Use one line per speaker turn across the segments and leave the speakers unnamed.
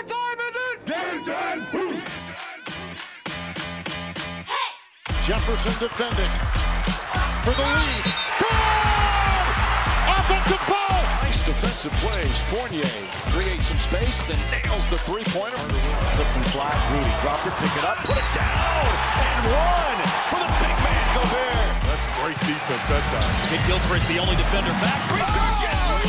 Jefferson defending for the lead. Goal! Offensive foul! Nice defensive plays. Fournier creates some space and nails the three-pointer. Slips and slides. Rudy dropped it, pick it up, put it down, and one for the big man Gobert.
That's great defense that time.
Kid Gilchrist, the only defender back. Resurgent!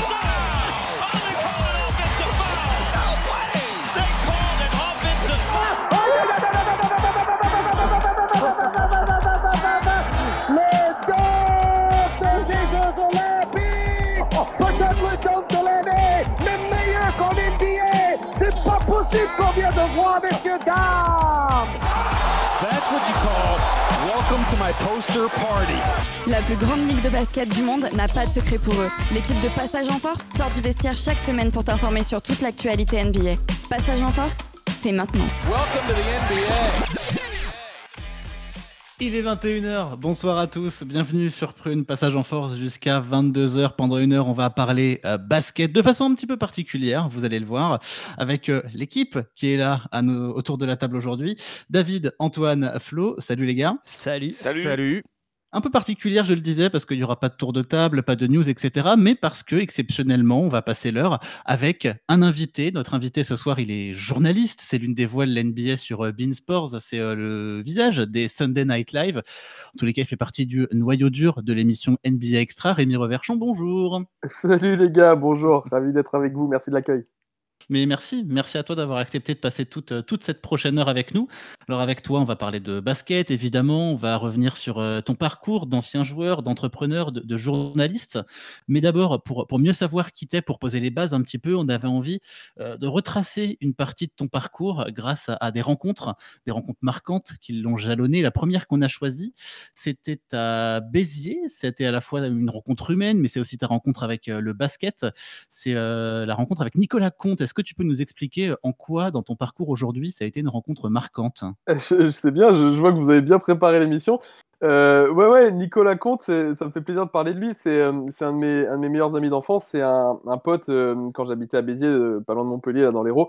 De l'année, le meilleur qu'en NBA. C'est pas possible qu'on vient de voir, messieurs, dames.
That's what you call welcome to my poster party.
La plus grande ligue de basket du monde n'a pas de secret pour eux. L'équipe de Passage en Force sort du vestiaire chaque semaine pour t'informer sur toute l'actualité NBA. Passage en Force, c'est maintenant.
Welcome to the NBA.
Il est 21h, bonsoir à tous, bienvenue sur Prune, Passage en Force jusqu'à 22h. Pendant une heure, on va parler basket de façon un petit peu particulière, vous allez le voir, avec l'équipe qui est là autour de la table aujourd'hui. David, Antoine, Flo, salut les gars.
Salut.
Un peu particulière, je le disais, parce qu'il n'y aura pas de tour de table, pas de news, etc. Mais parce que, exceptionnellement, on va passer l'heure avec un invité. Notre invité ce soir, il est journaliste. C'est l'une des voix de l'NBA sur beIN Sports. C'est le visage des Sunday Night Live. En tous les cas, il fait partie du noyau dur de l'émission NBA Extra. Rémi Reverchon, bonjour.
Salut les gars, bonjour. Ravi d'être avec vous. Merci de l'accueil.
Mais merci à toi d'avoir accepté de passer toute cette prochaine heure avec nous. Alors avec toi, on va parler de basket, évidemment, on va revenir sur ton parcours d'ancien joueur, d'entrepreneur, de journaliste. Mais d'abord, pour mieux savoir qui t'es, pour poser les bases un petit peu, on avait envie de retracer une partie de ton parcours grâce à des rencontres marquantes qui l'ont jalonné. La première qu'on a choisie, c'était à Béziers. C'était à la fois une rencontre humaine, mais c'est aussi ta rencontre avec le basket. C'est la rencontre avec Nicolas Conte. Est-ce que tu peux nous expliquer en quoi, dans ton parcours aujourd'hui, ça a été une rencontre marquante ?
Je sais bien, je vois que vous avez bien préparé l'émission. Ouais, Nicolas Conte, ça me fait plaisir de parler de lui. C'est un de mes meilleurs amis d'enfance. C'est un pote, quand j'habitais à Béziers, pas loin de Montpellier, là, dans l'Hérault,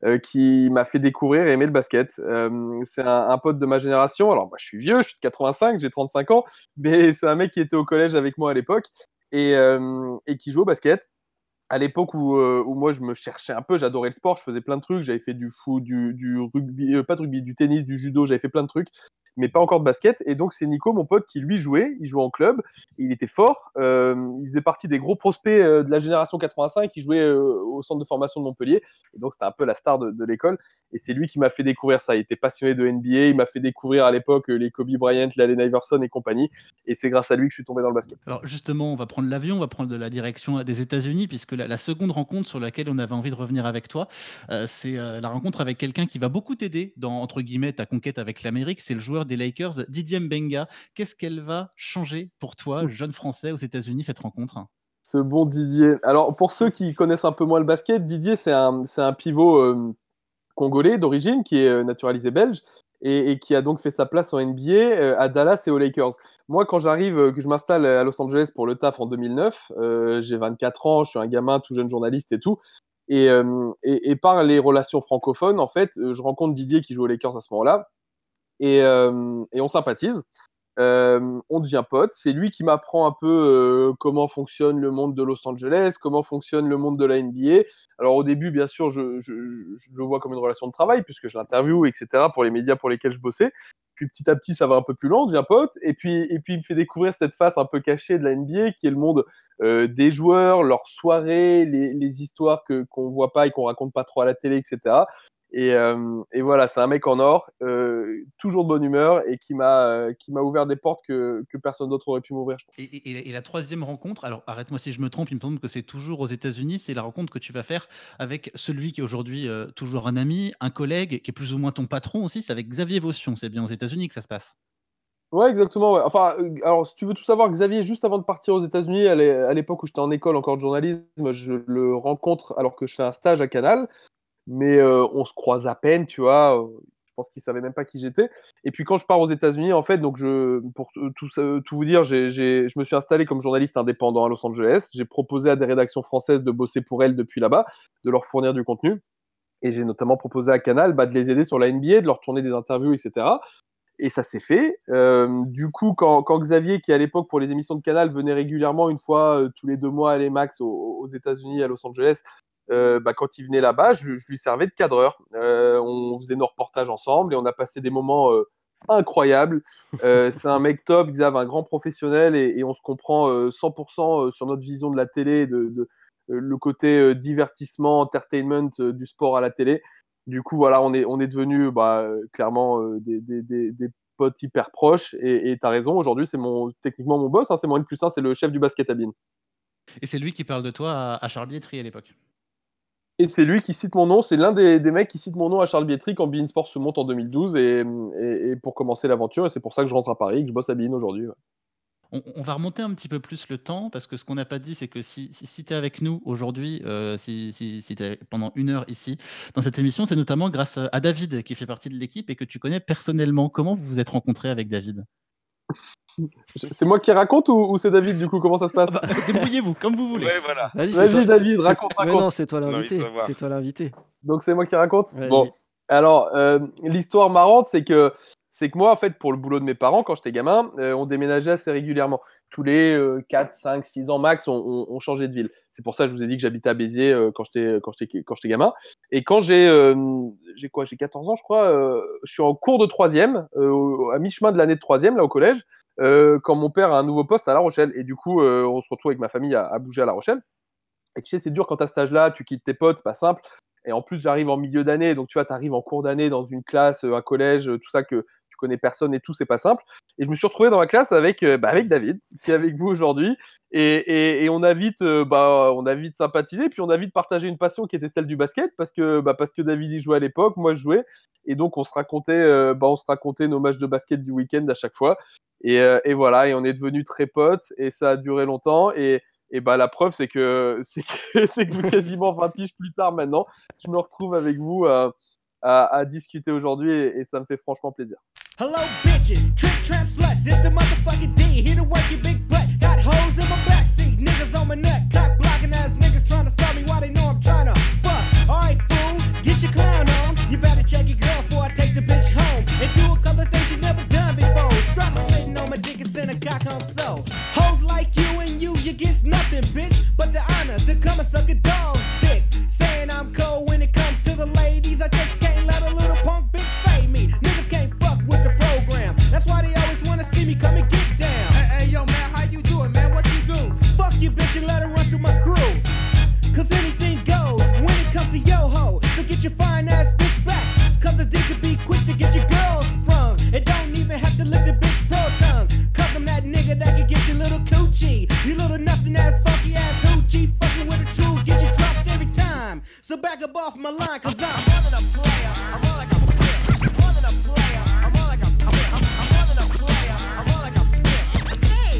qui m'a fait découvrir et aimer le basket. C'est un pote de ma génération. Alors, moi, je suis vieux, je suis de 85, j'ai 35 ans, mais c'est un mec qui était au collège avec moi à l'époque et qui jouait au basket. À l'époque où moi je me cherchais un peu, j'adorais le sport, je faisais plein de trucs, j'avais fait du foot, du rugby, pas de rugby, du tennis, du judo, j'avais fait plein de trucs, mais pas encore de basket. Et donc c'est Nico, mon pote, qui lui jouait, il jouait en club, il était fort, il faisait partie des gros prospects de la génération 85, il jouait au centre de formation de Montpellier, et donc c'était un peu la star de l'école, et c'est lui qui m'a fait découvrir ça. Il était passionné de NBA, il m'a fait découvrir à l'époque les Kobe Bryant, les Allen Iverson et compagnie, et c'est grâce à lui que je suis tombé dans le basket.
Alors justement, on va prendre l'avion, on va prendre de la direction des États-Unis, puisque la seconde rencontre sur laquelle on avait envie de revenir avec toi, c'est la rencontre avec quelqu'un qui va beaucoup t'aider dans, entre guillemets, ta conquête avec l'Amérique. C'est le joueur des Lakers, Didier Mbenga. Qu'est-ce qu'elle va changer pour toi, jeune Français aux États-Unis, cette rencontre ?
Ce bon Didier. Alors, pour ceux qui connaissent un peu moins le basket, Didier, c'est un pivot congolais d'origine qui est naturalisé belge et qui a donc fait sa place en NBA à Dallas et aux Lakers. Moi, quand j'arrive, que je m'installe à Los Angeles pour le taf en 2009, j'ai 24 ans, je suis un gamin tout jeune journaliste et tout. Et par les relations francophones, en fait, je rencontre Didier qui joue aux Lakers à ce moment-là et on sympathise. On devient potes. C'est lui qui m'apprend un peu comment fonctionne le monde de Los Angeles, comment fonctionne le monde de la NBA. Alors au début, bien sûr, je le vois comme une relation de travail puisque je l'interviewe, etc. pour les médias pour lesquels je bossais. Puis petit à petit, ça va un peu plus loin, on devient pote. Et puis il me fait découvrir cette face un peu cachée de la NBA qui est le monde des joueurs, leurs soirées, les histoires qu'on voit pas et qu'on raconte pas trop à la télé, etc. Et voilà, c'est un mec en or, toujours de bonne humeur et qui m'a ouvert des portes que personne d'autre aurait pu m'ouvrir, je pense.
Et la troisième rencontre, alors arrête-moi si je me trompe, il me semble que c'est toujours aux États-Unis, c'est la rencontre que tu vas faire avec celui qui est aujourd'hui toujours un ami, un collègue, qui est plus ou moins ton patron aussi, c'est avec Xavier Vaution. C'est bien aux États-Unis que ça se passe.
Ouais, exactement, ouais. Enfin, alors si tu veux tout savoir, Xavier, juste avant de partir aux États-Unis, à l'époque où j'étais en école encore de journalisme, je le rencontre alors que je fais un stage à Canal. Mais on se croise à peine, tu vois. Je pense qu'il savait même pas qui j'étais. Et puis quand je pars aux États-Unis, en fait, donc pour tout vous dire, je me suis installé comme journaliste indépendant à Los Angeles. J'ai proposé à des rédactions françaises de bosser pour elles depuis là-bas, de leur fournir du contenu. Et j'ai notamment proposé à Canal de les aider sur la NBA, de leur tourner des interviews, etc. Et ça s'est fait. Du coup, quand Xavier, qui à l'époque pour les émissions de Canal venait régulièrement une fois tous les 2 mois, allez max aux États-Unis, à Los Angeles, quand il venait là-bas, je lui servais de cadreur. On faisait nos reportages ensemble et on a passé des moments incroyables. C'est un mec top, Xav, un grand professionnel et on se comprend 100% sur notre vision de la télé, le côté divertissement, entertainment du sport à la télé. Du coup, voilà, on est devenus clairement des potes hyper proches. Et tu as raison, aujourd'hui, c'est techniquement mon boss, c'est mon N+1, c'est le chef du basket à BeIN.
Et c'est lui qui parle de toi à Charles Bietri à l'époque.
Et c'est lui qui cite mon nom, c'est l'un des mecs qui cite mon nom à Charles Bietri quand beIN Sport se monte en 2012 et pour commencer l'aventure. Et c'est pour ça que je rentre à Paris et que je bosse à beIN aujourd'hui. Ouais.
On va remonter un petit peu plus le temps, parce que ce qu'on n'a pas dit, c'est que si tu es avec nous aujourd'hui, si tu es pendant 1 heure ici, dans cette émission, c'est notamment grâce à David, qui fait partie de l'équipe et que tu connais personnellement. Comment vous vous êtes rencontrés avec David ?
C'est moi qui raconte ou c'est David, du coup, comment ça se passe ?
Débrouillez-vous, comme vous voulez.
Ouais, voilà.
Vas-y David, raconte.
Non, c'est toi l'invité.
Donc c'est moi qui raconte ?
Ouais,
bon, alors, l'histoire marrante, c'est que moi, en fait, pour le boulot de mes parents, quand j'étais gamin, on déménageait assez régulièrement. Tous les 4, 5, 6 ans max, on changeait de ville. C'est pour ça que je vous ai dit que j'habitais à Béziers quand j'étais gamin. Et quand j'ai 14 ans, je crois, je suis en cours de 3e, à mi-chemin de l'année de 3e, là, au collège, quand mon père a un nouveau poste à La Rochelle. Et du coup, on se retrouve avec ma famille à bouger à La Rochelle. Et tu sais, c'est dur quand t'as cet âge-là, tu quittes tes potes, c'est pas simple. Et en plus, j'arrive en milieu d'année, donc tu vois, t'arrives en cours d'année dans une classe, un collège, tout ça que tu connais personne et tout, c'est pas simple. Et je me suis retrouvé dans la classe avec David, qui est avec vous aujourd'hui. Et on a vite sympathisé, puis on a vite partagé une passion qui était celle du basket, parce que David y jouait à l'époque, moi je jouais. Et donc on se racontait nos matchs de basket du week-end à chaque fois. Et voilà, et on est devenus très potes, et ça a duré longtemps. Et la preuve, c'est que quasiment 20 piges plus tard maintenant, je me retrouve avec vous à discuter aujourd'hui et ça me fait franchement plaisir.
Hello bitches, trick tramp sluts, it's the motherfucking D, here to work your big butt, got hoes in my backseat, niggas on my neck, cock blocking ass niggas trying to stop me while they know I'm trying to fuck. Alright fool, get your clown on, you better check your girl before I take the bitch home, and do a couple of things she's never done before, strap her sitting on my dick and send a cock home so. Hoes like you and you gets nothing bitch, but the honor to come and suck a dog's dick, saying I'm cold when it comes to the ladies, I just can't let a little punk bitch fade me, niggas can't fuck with the program, that's why they always wanna see me come and get down. Hey yo man, how you doing man, what you do? Fuck you bitch and let her run through my crew, cause anything goes when it comes to yo ho, so get your fine ass bitch back, cause the dick could be quick to get your girl sprung, and don't even have to lick the bitch pro tongue, cause I'm that nigga that can get your little coochie, you little nothing ass funky ass hoochie, fucking with a true, get you dropped every time, so back up off my line, cause I'm more than a player, I'm more like a bitch, more than a player, I'm more like a bitch, I'm more than a player, I'm more like a bitch, hey,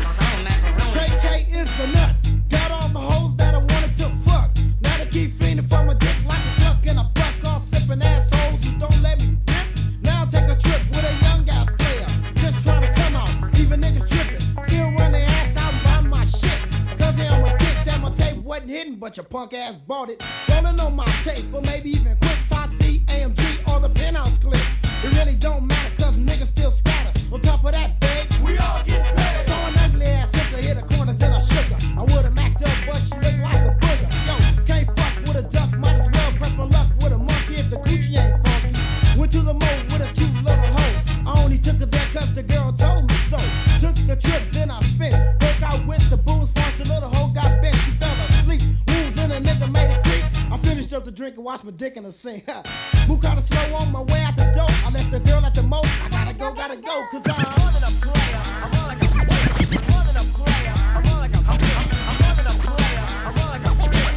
KK is a nut, got all the hoes that I wanted to fuck, now they keep fiending for my dick like a duck and a buck off sipping assholes who don't let me dip, now take a trip with a young ass player, just trying to come out, even niggas tripping, still run their ass out and buy my shit, cause they on my dicks and my tape wasn't hidden, but your punk ass bought it, rolling on my tape, or maybe even quick, C, AMG, or the penthouse clip, it really don't matter, cause niggas still scatter, on top of that, babe, we all get paid, so an ugly ass hooker hit a corner till I shook her, I would've macked up, but she looked like a booger, yo, can't fuck with a duck, might as well press my luck with a monkey if the coochie ain't funky, went to the mall with a cute little hoe, I only took her there cause the girl told me so, took the trip, then I spent, broke out with the booze, once the little hoe got bent, she fell asleep, wounds in a nigga made it creep, I finished up the drink and watched my dick in the sink, move kinda slow on my way out the door, I left the girl at the moat, I gotta go, cause I'm more than a player, I'm more like a bitch, more than a player, I'm more like a bitch, I'm more than a player, I'm more like a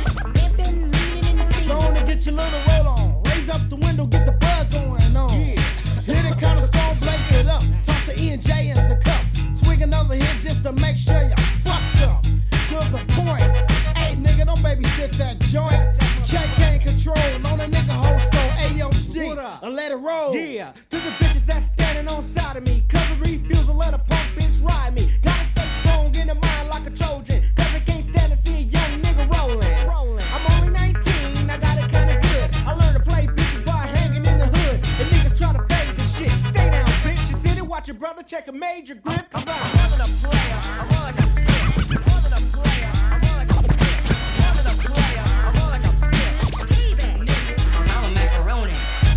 bitch, go on and get your little roll on, raise up the window, get the buzz going on, hit it kinda strong, blaze it up, toss the E&J in the cup, swing another hit just to make sure you fucked up, to the point, hey nigga don't babysit that joint, can't control, on a nigga whole skull, AOD, and let it roll, yeah, to the bitches that's standing on side of me, cause I refuse to let a punk bitch ride me, gotta stay strong in the mind like a Trojan, cause I can't stand to see a young nigga rolling, I'm only 19, I got it kinda good, I learned to play beat check a major grip, 'cause I'm having a player. I'm on like a bitch. Having a player. I'm on like a bitch. Having a player. I'm on like a bitch. Leave it, nigga. I'm a macaroni.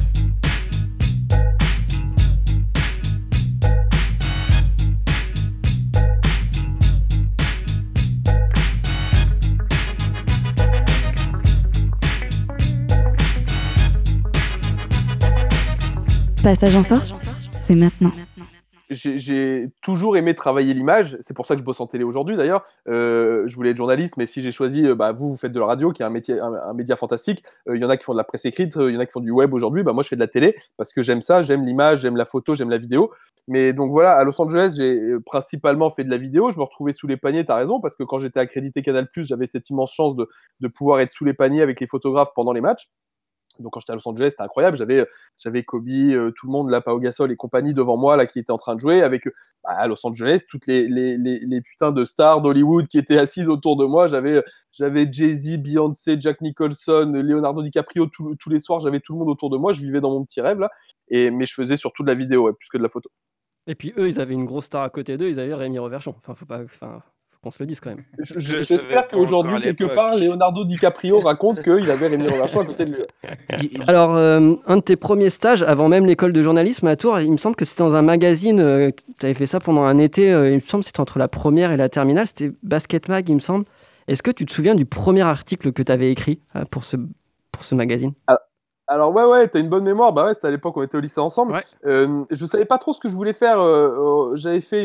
Passage en force, c'est maintenant.
J'ai toujours aimé travailler l'image, c'est pour ça que je bosse en télé aujourd'hui d'ailleurs. Je voulais être journaliste, mais si j'ai choisi, vous faites de la radio, qui est un média fantastique. Il y en a qui font de la presse écrite, il y en a qui font du web aujourd'hui. Moi, je fais de la télé parce que j'aime ça, j'aime l'image, j'aime la photo, j'aime la vidéo. Mais donc voilà, à Los Angeles, j'ai principalement fait de la vidéo. Je me retrouvais sous les paniers, t'as raison, parce que quand j'étais accrédité Canal+, j'avais cette immense chance de pouvoir être sous les paniers avec les photographes pendant les matchs. Donc quand j'étais à Los Angeles, c'était incroyable. J'avais Kobe, tout le monde, là, Pau Gasol et compagnie devant moi, là, qui étaient en train de jouer avec à Los Angeles, toutes les putains de stars d'Hollywood qui étaient assises autour de moi. J'avais Jay-Z, Beyoncé, Jack Nicholson, Leonardo DiCaprio, tous les soirs, j'avais tout le monde autour de moi. Je vivais dans mon petit rêve là, mais je faisais surtout de la vidéo, plus que de la photo.
Et puis eux, ils avaient une grosse star à côté d'eux, ils avaient Rémi Reverchon. Faut qu'on se le dise quand même.
J'espère qu'aujourd'hui, quelque part, Leonardo DiCaprio raconte qu'il avait Rémi Reverchon à côté de lui.
Alors, un de tes premiers stages, avant même l'école de journalisme à Tours, il me semble que c'était dans un magazine, tu avais fait ça pendant un été, il me semble que c'était entre la première et la terminale, c'était Basket Mag, il me semble. Est-ce que tu te souviens du premier article que tu avais écrit pour ce magazine ?
Alors ouais, t'as une bonne mémoire. Ouais, c'était à l'époque où on était au lycée ensemble.
Ouais.
Je savais pas trop ce que je voulais faire. J'avais fait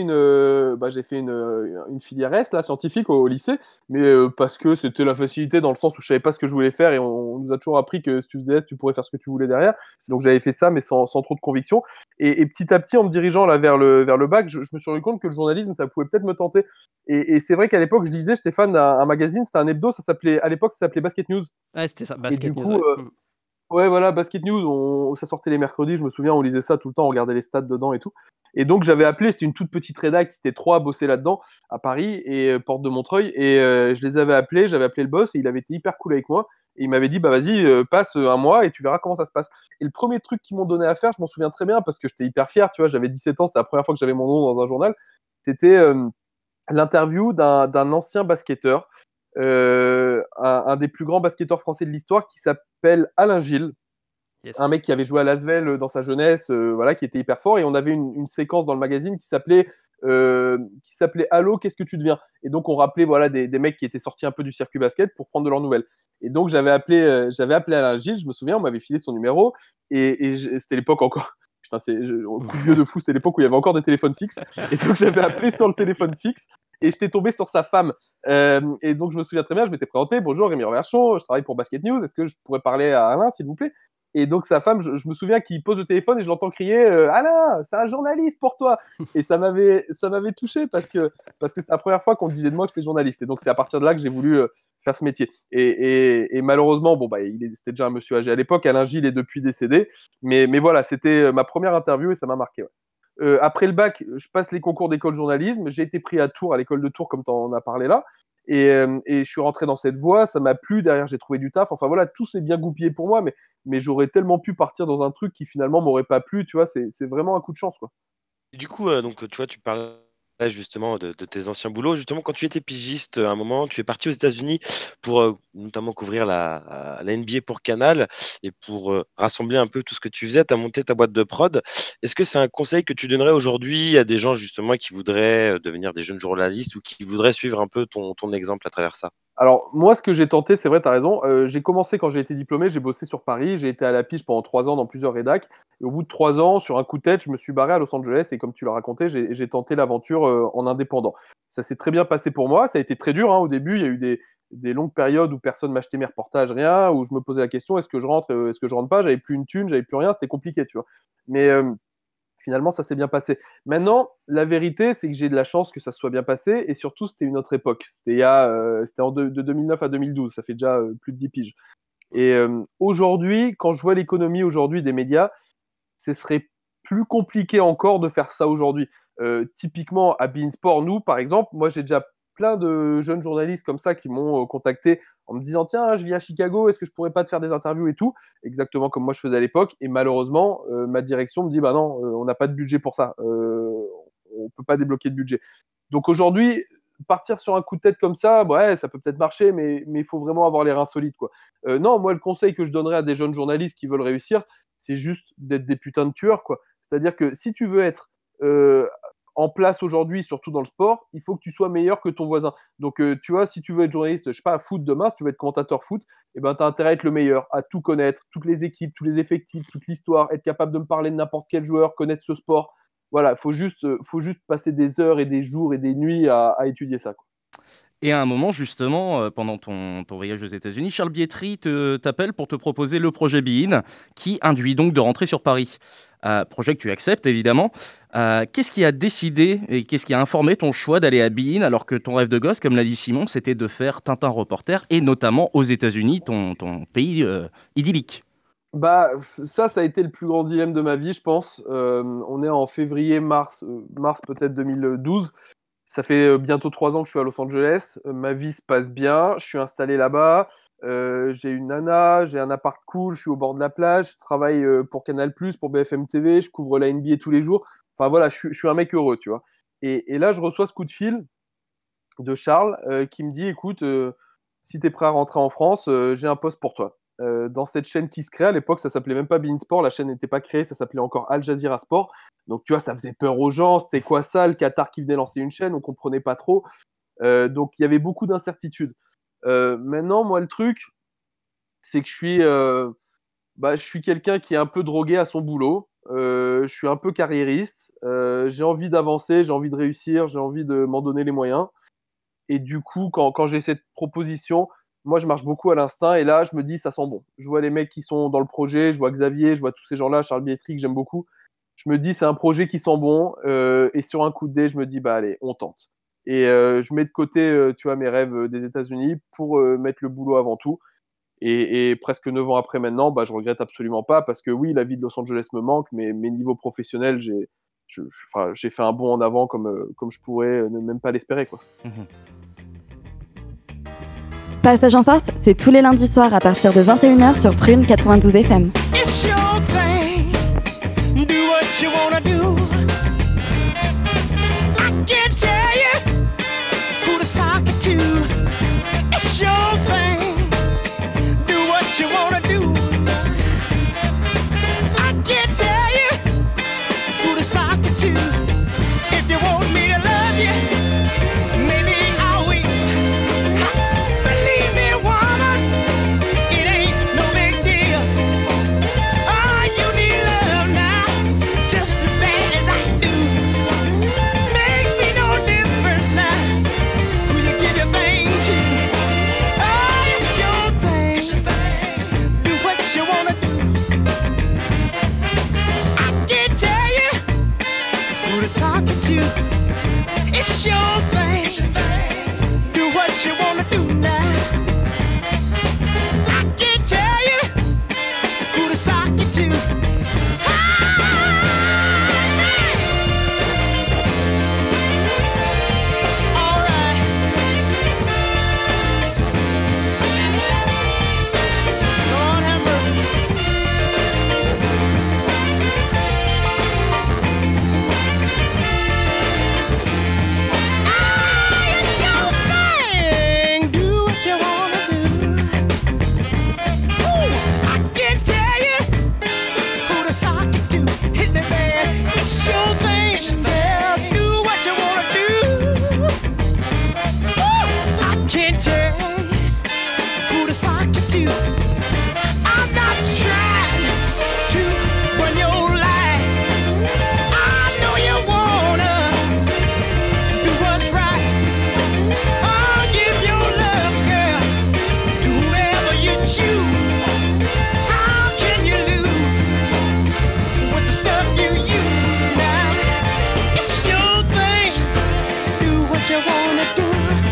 une filière S là, scientifique au lycée, mais parce que c'était la facilité dans le sens où je savais pas ce que je voulais faire et on nous a toujours appris que si tu faisais S, tu pourrais faire ce que tu voulais derrière. Donc j'avais fait ça, mais sans trop de conviction. Et petit à petit, en me dirigeant là vers le bac, je me suis rendu compte que le journalisme, ça pouvait peut-être me tenter. Et c'est vrai qu'à l'époque, je lisais, j'étais fan d'un magazine, c'était un hebdo, à l'époque, ça s'appelait Basket News.
Ouais, c'était ça, Basket
et du
News.
coup, ouais, voilà, Basket News, ça sortait les mercredis, je me souviens, on lisait ça tout le temps, on regardait les stats dedans et tout. Et donc j'avais appelé, c'était une toute petite rédac, c'était 3 à bosser là-dedans, à Paris, et porte de Montreuil, et je les avais appelés, j'avais appelé le boss, et il avait été hyper cool avec moi, et il m'avait dit, vas-y, passe un mois, et tu verras comment ça se passe. Et le premier truc qu'ils m'ont donné à faire, je m'en souviens très bien, parce que j'étais hyper fier, tu vois, j'avais 17 ans, c'était la première fois que j'avais mon nom dans un journal, c'était l'interview d'un ancien basketteur, un des plus grands basketteurs français de l'histoire qui s'appelle Alain Gilles. Yes. Un mec qui avait joué à Lasvel dans sa jeunesse, qui était hyper fort, et on avait une séquence dans le magazine qui s'appelait Allô, qu'est-ce que tu deviens ? Et donc on rappelait des mecs qui étaient sortis un peu du circuit basket pour prendre de leurs nouvelles. Et donc j'avais appelé Alain Gilles, je me souviens, on m'avait filé son numéro, et c'était l'époque encore. Putain, vieux de fou, c'est l'époque où il y avait encore des téléphones fixes. Et donc j'avais appelé sur le téléphone fixe et j'étais tombé sur sa femme. Et donc je me souviens très bien, je m'étais présenté, bonjour Rémi Reverchon, je travaille pour Basket News, est-ce que je pourrais parler à Alain s'il vous plaît ? Et donc sa femme, je me souviens qu'il pose le téléphone et je l'entends crier Alain, c'est un journaliste pour toi. Et ça m'avait touché parce que c'est la première fois qu'on disait de moi que j'étais journaliste. Et donc c'est à partir de là que j'ai voulu faire ce métier. Et malheureusement, c'était déjà un monsieur âgé à l'époque. Alain Gilles est depuis décédé. Mais voilà, c'était ma première interview et ça m'a marqué. Ouais. Après le bac, je passe les concours d'école de journalisme. J'ai été pris à Tours, à l'école de Tours, comme tu en as parlé là. Et je suis rentré dans cette voie, ça m'a plu, derrière j'ai trouvé du taf, enfin voilà, tout s'est bien goupillé pour moi, mais j'aurais tellement pu partir dans un truc qui finalement m'aurait pas plu, tu vois, c'est vraiment un coup de chance, quoi.
Et du coup, donc, tu vois, tu parles justement de tes anciens boulots. Justement, quand tu étais pigiste, à un moment, tu es parti aux États-Unis pour notamment couvrir la NBA pour Canal et pour rassembler un peu tout ce que tu faisais. Tu as monté ta boîte de prod. Est-ce que c'est un conseil que tu donnerais aujourd'hui à des gens justement qui voudraient devenir des jeunes journalistes ou qui voudraient suivre un peu ton exemple à travers ça ?
Alors, moi, ce que j'ai tenté, c'est vrai, tu as raison. J'ai commencé quand j'ai été diplômé, j'ai bossé sur Paris, j'ai été à la pige pendant 3 ans dans plusieurs rédacs. Et au bout de 3 ans, sur un coup de tête, je me suis barré à Los Angeles et comme tu l'as raconté, j'ai tenté l'aventure en indépendant. Ça s'est très bien passé pour moi. Ça a été très dur. Au début, il y a eu des longues périodes où personne m'achetait mes reportages, rien, où je me posais la question, est-ce que je rentre, est-ce que je rentre pas ? J'avais plus une thune, j'avais plus rien, c'était compliqué, tu vois. Mais finalement, ça s'est bien passé. Maintenant, la vérité, c'est que j'ai de la chance que ça se soit bien passé, et surtout, c'était une autre époque. C'était de 2009 à 2012, ça fait déjà plus de 10 piges. Et aujourd'hui, quand je vois l'économie aujourd'hui des médias, ce serait plus compliqué encore de faire ça aujourd'hui. Typiquement, à Beansport, nous, par exemple, moi, j'ai déjà plein de jeunes journalistes comme ça qui m'ont contacté en me disant « Tiens, je vis à Chicago, est-ce que je pourrais pas te faire des interviews et tout ?» Exactement comme moi je faisais à l'époque. Et malheureusement, ma direction me dit « Bah non, on n'a pas de budget pour ça. on peut pas débloquer de budget. Donc aujourd'hui, partir sur un coup de tête comme ça, ouais, ça peut peut-être marcher, mais il faut vraiment avoir les reins solides, quoi. Non, moi, le conseil que je donnerais à des jeunes journalistes qui veulent réussir, c'est juste d'être des putains de tueurs, quoi. C'est-à-dire que si tu veux être en place aujourd'hui, surtout dans le sport, il faut que tu sois meilleur que ton voisin. Donc, tu vois, si tu veux être journaliste, je sais pas, à foot demain, si tu veux être commentateur foot, eh ben, tu as intérêt à être le meilleur, à tout connaître, toutes les équipes, tous les effectifs, toute l'histoire, être capable de me parler de n'importe quel joueur, connaître ce sport. Voilà, faut juste passer des heures et des jours et des nuits à étudier ça, quoi.
Et à un moment, justement, pendant ton voyage aux États-Unis, Charles Bietri t'appelle pour te proposer le projet Be In, qui induit donc de rentrer sur Paris. Projet que tu acceptes, évidemment. Qu'est-ce qui a décidé et qu'est-ce qui a informé ton choix d'aller à Be In, alors que ton rêve de gosse, comme l'a dit Simon, c'était de faire Tintin reporter, et notamment aux États-Unis, ton pays idyllique?
Bah, ça a été le plus grand dilemme de ma vie, je pense. On est en février-mars peut-être 2012. Ça fait bientôt 3 ans que je suis à Los Angeles. Ma vie se passe bien. Je suis installé là-bas. J'ai une nana, j'ai un appart cool. Je suis au bord de la plage. Je travaille pour Canal+, pour BFM TV. Je couvre la NBA tous les jours. Enfin voilà, je suis un mec heureux, tu vois. Et là, je reçois ce coup de fil de Charles qui me dit, écoute, si tu es prêt à rentrer en France, j'ai un poste pour toi. Dans cette chaîne qui se crée, à l'époque, ça s'appelait même pas beIN Sport, la chaîne n'était pas créée, ça s'appelait encore Al Jazeera Sport. Donc, tu vois, ça faisait peur aux gens. C'était quoi ça, le Qatar qui venait lancer une chaîne? On comprenait pas trop. Donc, il y avait beaucoup d'incertitudes. Maintenant, moi, le truc, c'est que je suis quelqu'un qui est un peu drogué à son boulot. Je suis un peu carriériste. J'ai envie d'avancer, j'ai envie de réussir, j'ai envie de m'en donner les moyens. Et du coup, quand j'ai cette proposition, moi, je marche beaucoup à l'instinct. Et là, je me dis, ça sent bon. Je vois les mecs qui sont dans le projet. Je vois Xavier, je vois tous ces gens-là, Charles Bietri, que j'aime beaucoup. Je me dis, c'est un projet qui sent bon. Et sur un coup de dé, je me dis, bah allez, on tente. Et je mets de côté, tu vois, mes rêves des États-Unis pour mettre le boulot avant tout. Et presque 9 ans après maintenant, bah, je regrette absolument pas. Parce que oui, la vie de Los Angeles me manque. Mais mes niveaux professionnels, j'ai fait un bond en avant comme je pourrais ne même pas l'espérer, quoi.
Passage en force, c'est tous les lundis soirs à partir de 21h sur Prune 92 FM.
It's your thing. Do what you wanna do. I can't tell you who to sock it to. It's your thing. Do what you wanna do. I can't tell you who to sock it to. If you want me to love you, maybe I'll wait. Believe me, woman, it ain't no big deal. Oh, you need love now, just as bad as I do. Makes me no difference now who you give your thing to. Oh, it's your thing. It's your thing. Do what you wanna do. I can't tell you who to talk to. It's your thing. It's your thing. Do what you wanna do now. I can't tell you who to sock you to. All right. Lord have mercy. It's your thing. Do what you wanna do. Ooh, I can't tell you who to sock it to. Hit me, man. It's your thing. Yeah, do what you wanna do. Ooh, I can't tell you who to sock it to. I'm not trying to run your life. I know you wanna do what's right. Oh, give your love, girl, to whoever you choose. How can you lose with the stuff you use now? It's your thing. Do what you wanna do.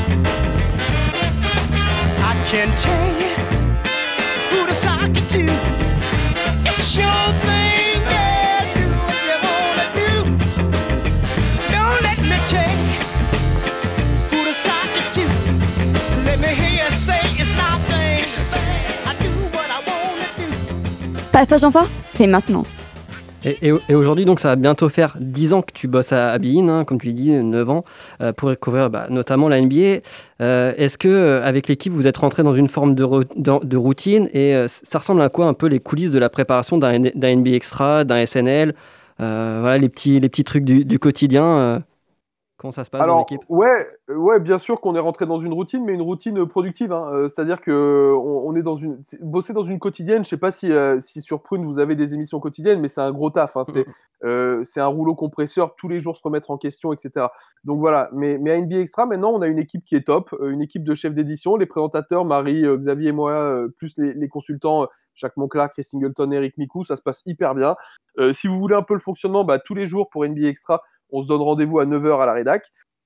I can't tell you who to sock it to. It's your thing, yeah. Do what you wanna do. Don't let me tell you who to sock it to. Let me hear you say it's my thing. It's your thing. I do what I wanna do.
Passage en force, c'est maintenant.
Et aujourd'hui, donc, ça va bientôt faire 10 ans que tu bosses à Bein, hein, comme tu l'as dit, 9 ans, pour couvrir notamment la NBA. Est-ce que avec l'équipe, vous êtes rentré dans une forme de routine et ça ressemble à quoi un peu les coulisses de la préparation d'un NBA Extra, d'un SNL, voilà, les petits trucs du quotidien. Comment ça se passe dans
Alors,
l'équipe?
ouais, bien sûr qu'on est rentré dans une routine, mais une routine productive, hein. C'est-à-dire que on est bosser dans une quotidienne. Je sais pas si sur Prune vous avez des émissions quotidiennes, mais c'est un gros taf, hein. C'est un rouleau compresseur, tous les jours se remettre en question, etc. Donc voilà. Mais à NBA Extra, maintenant, on a une équipe qui est top, une équipe de chefs d'édition, les présentateurs, Marie, Xavier et moi, plus les consultants, Jacques Monclar, Chris Singleton, Eric Micou, ça se passe hyper bien. Si vous voulez un peu le fonctionnement, tous les jours pour NBA Extra, on se donne rendez-vous à 9h à la rédac.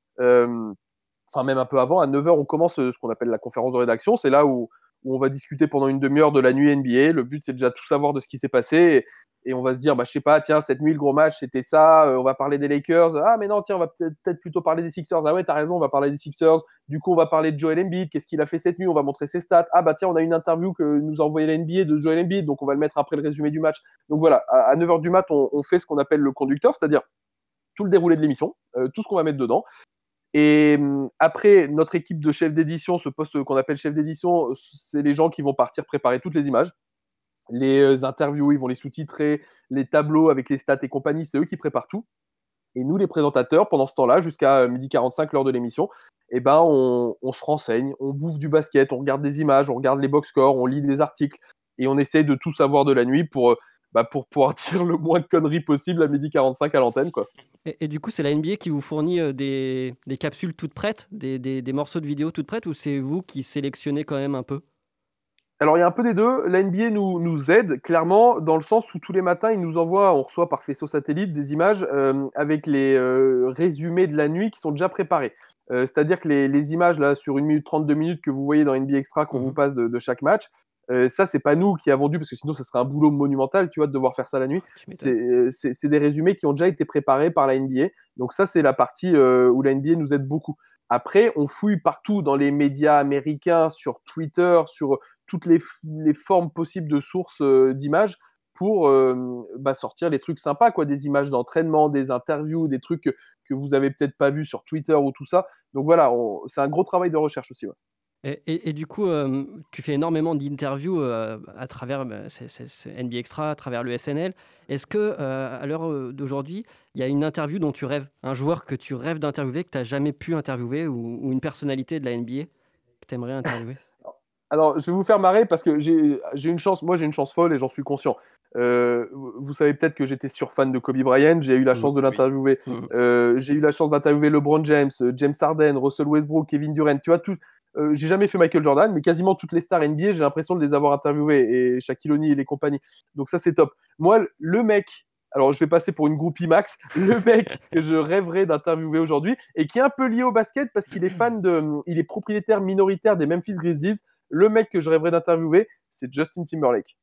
Enfin, même un peu avant, à 9h, on commence ce qu'on appelle la conférence de rédaction. C'est là où on va discuter pendant une demi-heure de la nuit NBA. Le but, c'est déjà tout savoir de ce qui s'est passé. Et on va se dire, je sais pas, tiens, cette nuit, le gros match, c'était ça. On va parler des Lakers. Ah, mais non, tiens, on va peut-être plutôt parler des Sixers. Ah ouais, t'as raison, on va parler des Sixers. Du coup, on va parler de Joel Embiid. Qu'est-ce qu'il a fait cette nuit? On va montrer ses stats. Ah, tiens, on a une interview que nous a envoyé la NBA de Joel Embiid. Donc, on va le mettre après le résumé du match. Donc voilà, à 9h du mat, on fait ce qu'on appelle le conducteur, c'est-à-dire tout le déroulé de l'émission, tout ce qu'on va mettre dedans. Et après, notre équipe de chef d'édition, ce poste qu'on appelle chef d'édition, c'est les gens qui vont partir préparer toutes les images. Les interviews, ils vont les sous-titrer, les tableaux avec les stats et compagnie, c'est eux qui préparent tout. Et nous, les présentateurs, pendant ce temps-là, jusqu'à 12h45, l'heure de l'émission, on se renseigne, on bouffe du basket, on regarde des images, on regarde les box scores, on lit des articles, et on essaye de tout savoir de la nuit pour pouvoir dire le moins de conneries possible à 12h45 à l'antenne, quoi.
Et du coup, c'est la NBA qui vous fournit des capsules toutes prêtes, des morceaux de vidéo toutes prêtes, ou c'est vous qui sélectionnez quand même un peu?
Alors, il y a un peu des deux. La NBA nous aide, clairement, dans le sens où tous les matins, ils nous envoient, on reçoit par faisceau satellite des images avec les résumés de la nuit qui sont déjà préparés. C'est-à-dire que les images, là, sur 1 minute 32 minutes que vous voyez dans NBA Extra, qu'on vous passe de chaque match, ça, c'est pas nous qui avons dû, parce que sinon, ce serait un boulot monumental, tu vois, de devoir faire ça la nuit. C'est des résumés qui ont déjà été préparés par la NBA. Donc ça, c'est la partie où la NBA nous aide beaucoup. Après, on fouille partout dans les médias américains, sur Twitter, sur toutes les formes possibles de sources d'images pour sortir les trucs sympas, quoi, des images d'entraînement, des interviews, des trucs que vous avez peut-être pas vus sur Twitter ou tout ça. Donc voilà, c'est un gros travail de recherche aussi. Ouais.
Et du coup, tu fais énormément d'interviews à travers c'est NBA Extra, à travers le SNL. Est-ce que à l'heure d'aujourd'hui, il y a une interview dont tu rêves, un joueur que tu rêves d'interviewer, que tu n'as jamais pu interviewer, ou une personnalité de la NBA que tu aimerais interviewer?
Alors, je vais vous faire marrer parce que j'ai une chance. Moi, j'ai une chance folle et j'en suis conscient. Vous savez peut-être que j'étais surfan de Kobe Bryant. J'ai eu la chance de l'interviewer. J'ai eu la chance d'interviewer LeBron James, James Harden, Russell Westbrook, Kevin Durant. Tu vois, j'ai jamais fait Michael Jordan, mais quasiment toutes les stars NBA, j'ai l'impression de les avoir interviewées, et Shaquille O'Neal et les compagnies. Donc ça, c'est top. Moi, le mec, alors je vais passer pour une groupie max, le mec que je rêverais d'interviewer aujourd'hui, et qui est un peu lié au basket parce qu'il est il est propriétaire minoritaire des Memphis Grizzlies. Le mec que je rêverais d'interviewer, c'est Justin Timberlake.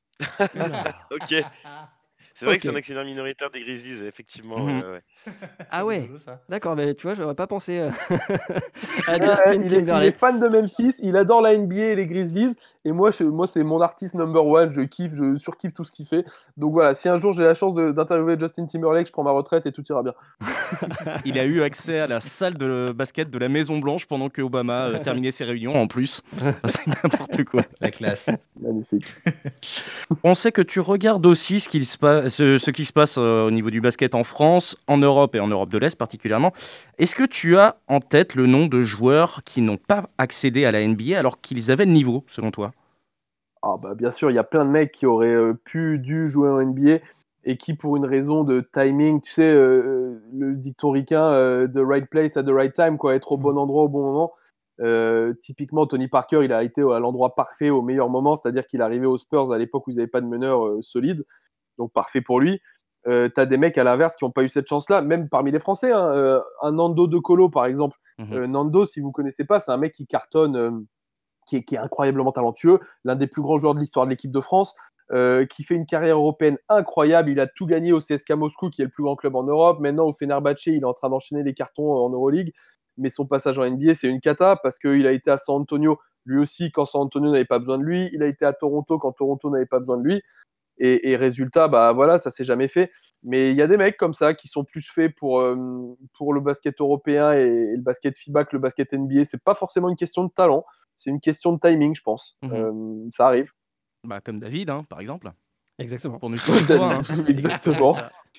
Ok. C'est vrai que c'est un actionnaire minoritaire des Grizzlies, effectivement. Ouais.
Ah ouais, d'accord, mais tu vois, j'aurais pas pensé à
Ouais,
Justin
il est
Timberlake.
fan de Memphis, il adore la NBA et les Grizzlies, et moi c'est mon artiste number one, je kiffe, je surkiffe tout ce qu'il fait. Donc voilà, si un jour j'ai la chance d'interviewer Justin Timberlake, je prends ma retraite et tout ira bien.
Il a eu accès à la salle de basket de la Maison Blanche pendant que Obama terminait ses réunions en plus. C'est n'importe quoi.
La classe.
Magnifique.
On sait que tu regardes aussi ce qui se passe au niveau du basket en France, en Europe et en Europe de l'Est particulièrement. Est-ce que tu as en tête le nom de joueurs qui n'ont pas accédé à la NBA alors qu'ils avaient le niveau, selon toi?
Ah bien sûr, il y a plein de mecs qui auraient dû jouer en NBA et qui, pour une raison de timing, tu sais, le dicton ricain, the right place at the right time, quoi, être au bon endroit au bon moment. Typiquement, Tony Parker, il a été à l'endroit parfait au meilleur moment, c'est-à-dire qu'il est arrivé aux Spurs à l'époque où ils n'avaient pas de meneur solide, donc parfait pour lui. T'as des mecs à l'inverse qui n'ont pas eu cette chance-là, même parmi les Français, hein, un Nando De Colo par exemple. Nando, si vous connaissez pas, c'est un mec qui cartonne, qui est incroyablement talentueux, l'un des plus grands joueurs de l'histoire de l'équipe de France, qui fait une carrière européenne incroyable. Il a tout gagné au CSKA Moscou, qui est le plus grand club en Europe. Maintenant, au Fenerbahçe, il est en train d'enchaîner les cartons en Euroleague. Mais son passage en NBA, c'est une cata parce qu'il a été à San Antonio, lui aussi, quand San Antonio n'avait pas besoin de lui. Il a été à Toronto quand Toronto n'avait pas besoin de lui. Et résultat, bah voilà, ça s'est jamais fait. Mais il y a des mecs comme ça qui sont plus faits pour le basket européen et le basket FIBA que le basket NBA. C'est pas forcément une question de talent, c'est une question de timing, je pense. Ça arrive.
Bah, comme David, hein, par exemple.
Exactement.
Pour nous citer toi, hein.
Exactement.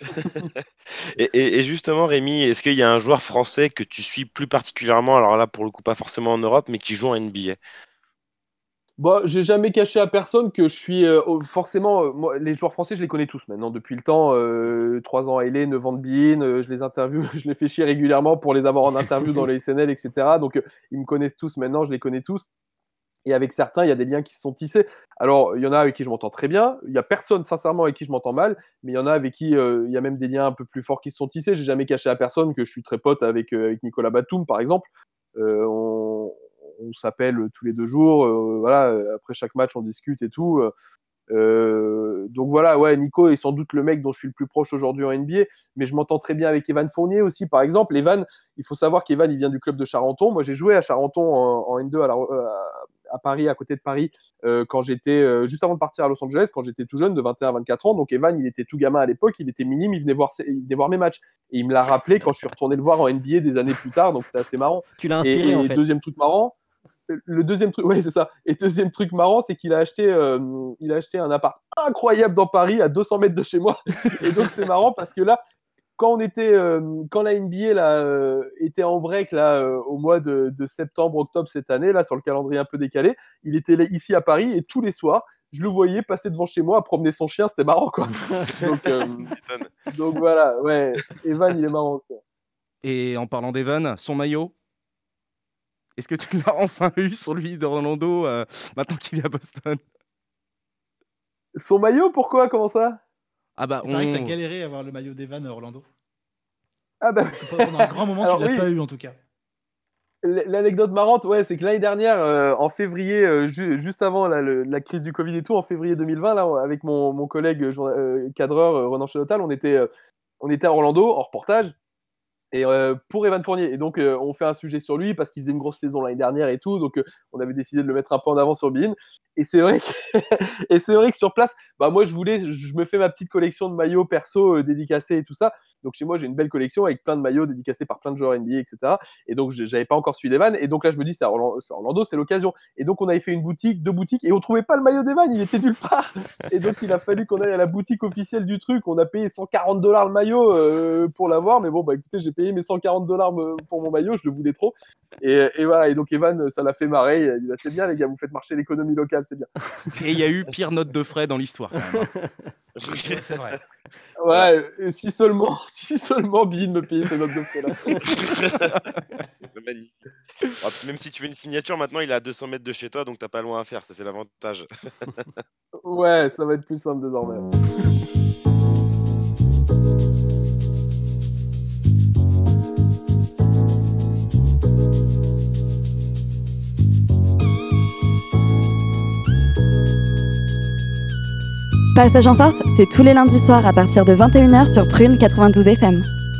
Et justement, Rémi, est-ce qu'il y a un joueur français que tu suis plus particulièrement, alors là, pour le coup, pas forcément en Europe, mais qui joue en NBA?
Bon, j'ai jamais caché à personne que je suis forcément. Moi, les joueurs français, je les connais tous maintenant depuis le temps. 3 ans à LA, 9 ans de Bein, je les interviewe, je les fais chier régulièrement pour les avoir en interview dans les SNL, etc. Donc ils me connaissent tous maintenant, je les connais tous. Et avec certains, il y a des liens qui se sont tissés. Alors, il y en a avec qui je m'entends très bien. Il y a personne, sincèrement, avec qui je m'entends mal. Mais il y en a avec qui il y a même des liens un peu plus forts qui se sont tissés. J'ai jamais caché à personne que je suis très pote avec Nicolas Batum, par exemple. On s'appelle tous les 2 jours. Voilà, après chaque match, on discute et tout. Donc voilà, ouais, Nico est sans doute le mec dont je suis le plus proche aujourd'hui en NBA. Mais je m'entends très bien avec Evan Fournier aussi, par exemple. Evan, il faut savoir qu'Evan, il vient du club de Charenton. Moi, j'ai joué à Charenton en N2 à Paris, à côté de Paris, quand j'étais juste avant de partir à Los Angeles, quand j'étais tout jeune, de 21 à 24 ans. Donc Evan, il était tout gamin à l'époque, il était minime, il venait voir mes matchs. Et il me l'a rappelé quand je suis retourné le voir en NBA des années plus tard, donc c'était assez marrant.
Tu l'as inspiré, en fait.
Deuxième truc marrant, le deuxième truc, ouais, c'est ça. Et deuxième truc marrant, c'est qu'il a acheté un appart incroyable dans Paris, à 200 mètres de chez moi. Et donc c'est marrant parce que là, quand la NBA là, était en break là, au mois de septembre-octobre cette année, là, sur le calendrier un peu décalé, il était là, ici à Paris, et tous les soirs, je le voyais passer devant chez moi à promener son chien, c'était marrant, quoi. Donc voilà, ouais, Evan, il est marrant aussi.
Et en parlant d'Evan, son maillot, est-ce que tu l'as enfin eu, celui d'Orlando, maintenant qu'il est à Boston?
Son maillot, pourquoi? Comment ça?
Ah bah, il paraît que t'as galéré à avoir le maillot d'Evan à Orlando.
Ah bah...
Pendant un grand moment, alors, tu l'as pas eu en tout cas.
L'anecdote marrante, ouais, c'est que l'année dernière, en février, juste avant la crise du Covid et tout, en février 2020, là, avec mon collègue cadreur Renan Chelotal, on était à Orlando en reportage. Et pour Evan Fournier. Et donc, on fait un sujet sur lui parce qu'il faisait une grosse saison l'année dernière et tout. Donc, on avait décidé de le mettre un peu en avant sur Bein. Et c'est vrai que sur place, bah, moi, je me fais ma petite collection de maillots perso dédicacés et tout ça. Donc, chez moi, j'ai une belle collection avec plein de maillots dédicacés par plein de joueurs NBA, etc. Et donc, j'avais pas encore celui d'Evan. Et donc, là, je me dis, je suis à Orlando, c'est l'occasion. Et donc, on avait fait 2 boutiques et on trouvait pas le maillot d'Evan. Il était nulle part. Et donc, il a fallu qu'on aille à la boutique officielle du truc. On a payé $140 le maillot pour l'avoir. Mais bon, bah, écoutez, j'ai payé mes $140 pour mon maillot. Je le voulais trop. Et voilà. Et donc, Evan, ça l'a fait marrer. Il a dit, c'est bien, les gars, vous faites marcher l'économie locale, c'est bien.
Et il y a eu pire note de frais dans l'histoire, quand même.
C'est vrai.
Ouais, si seulement Bein me payait ces notes de frais là.
C'est magnifique. Même si tu veux une signature, maintenant il est à 200 mètres de chez toi, donc t'as pas loin à faire, ça c'est l'avantage.
Ouais, ça va être plus simple désormais.
Passage en force, c'est tous les lundis soirs à partir de 21h sur Prune 92 FM.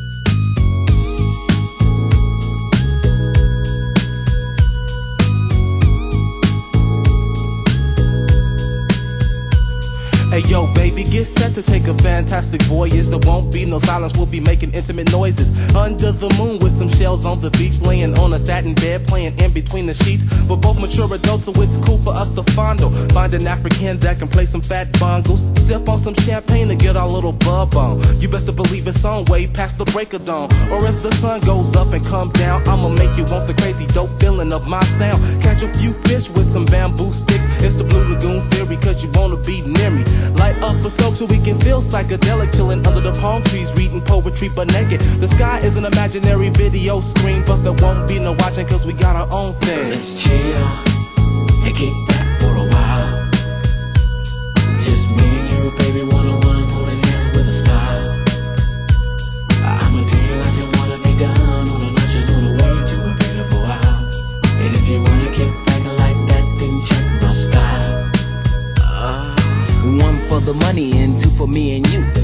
Hey yo, baby, get set to take a fantastic voyage. There won't be no silence, we'll be making intimate noises. Under the moon with some shells on the beach, laying on a satin bed, playing in between the sheets. We're both mature adults, so it's cool for us to fondle. Find an African that can play some fat bongos. Sip on some champagne to get our little bub on. You best to believe it's on way past the break of dawn. Or as the sun goes up and come down, I'ma make you want the crazy dope feeling of my sound. Catch a few fish with some bamboo sticks. It's the Blue Lagoon theory, cause you wanna be near me. Light up a stove so we can feel psychedelic, chilling under the palm trees, reading poetry but naked. The sky is an imaginary video screen, but there won't be no watching cause we got our own thing.
Let's chill and kick back for a while. Just me and you, baby, one-on-one, holding hands with a smile. I'ma do you like you wanna be down on a night you know the way to a beautiful hour. And if you wanna kick back like that, then check my style.
One for the money and two for me and you.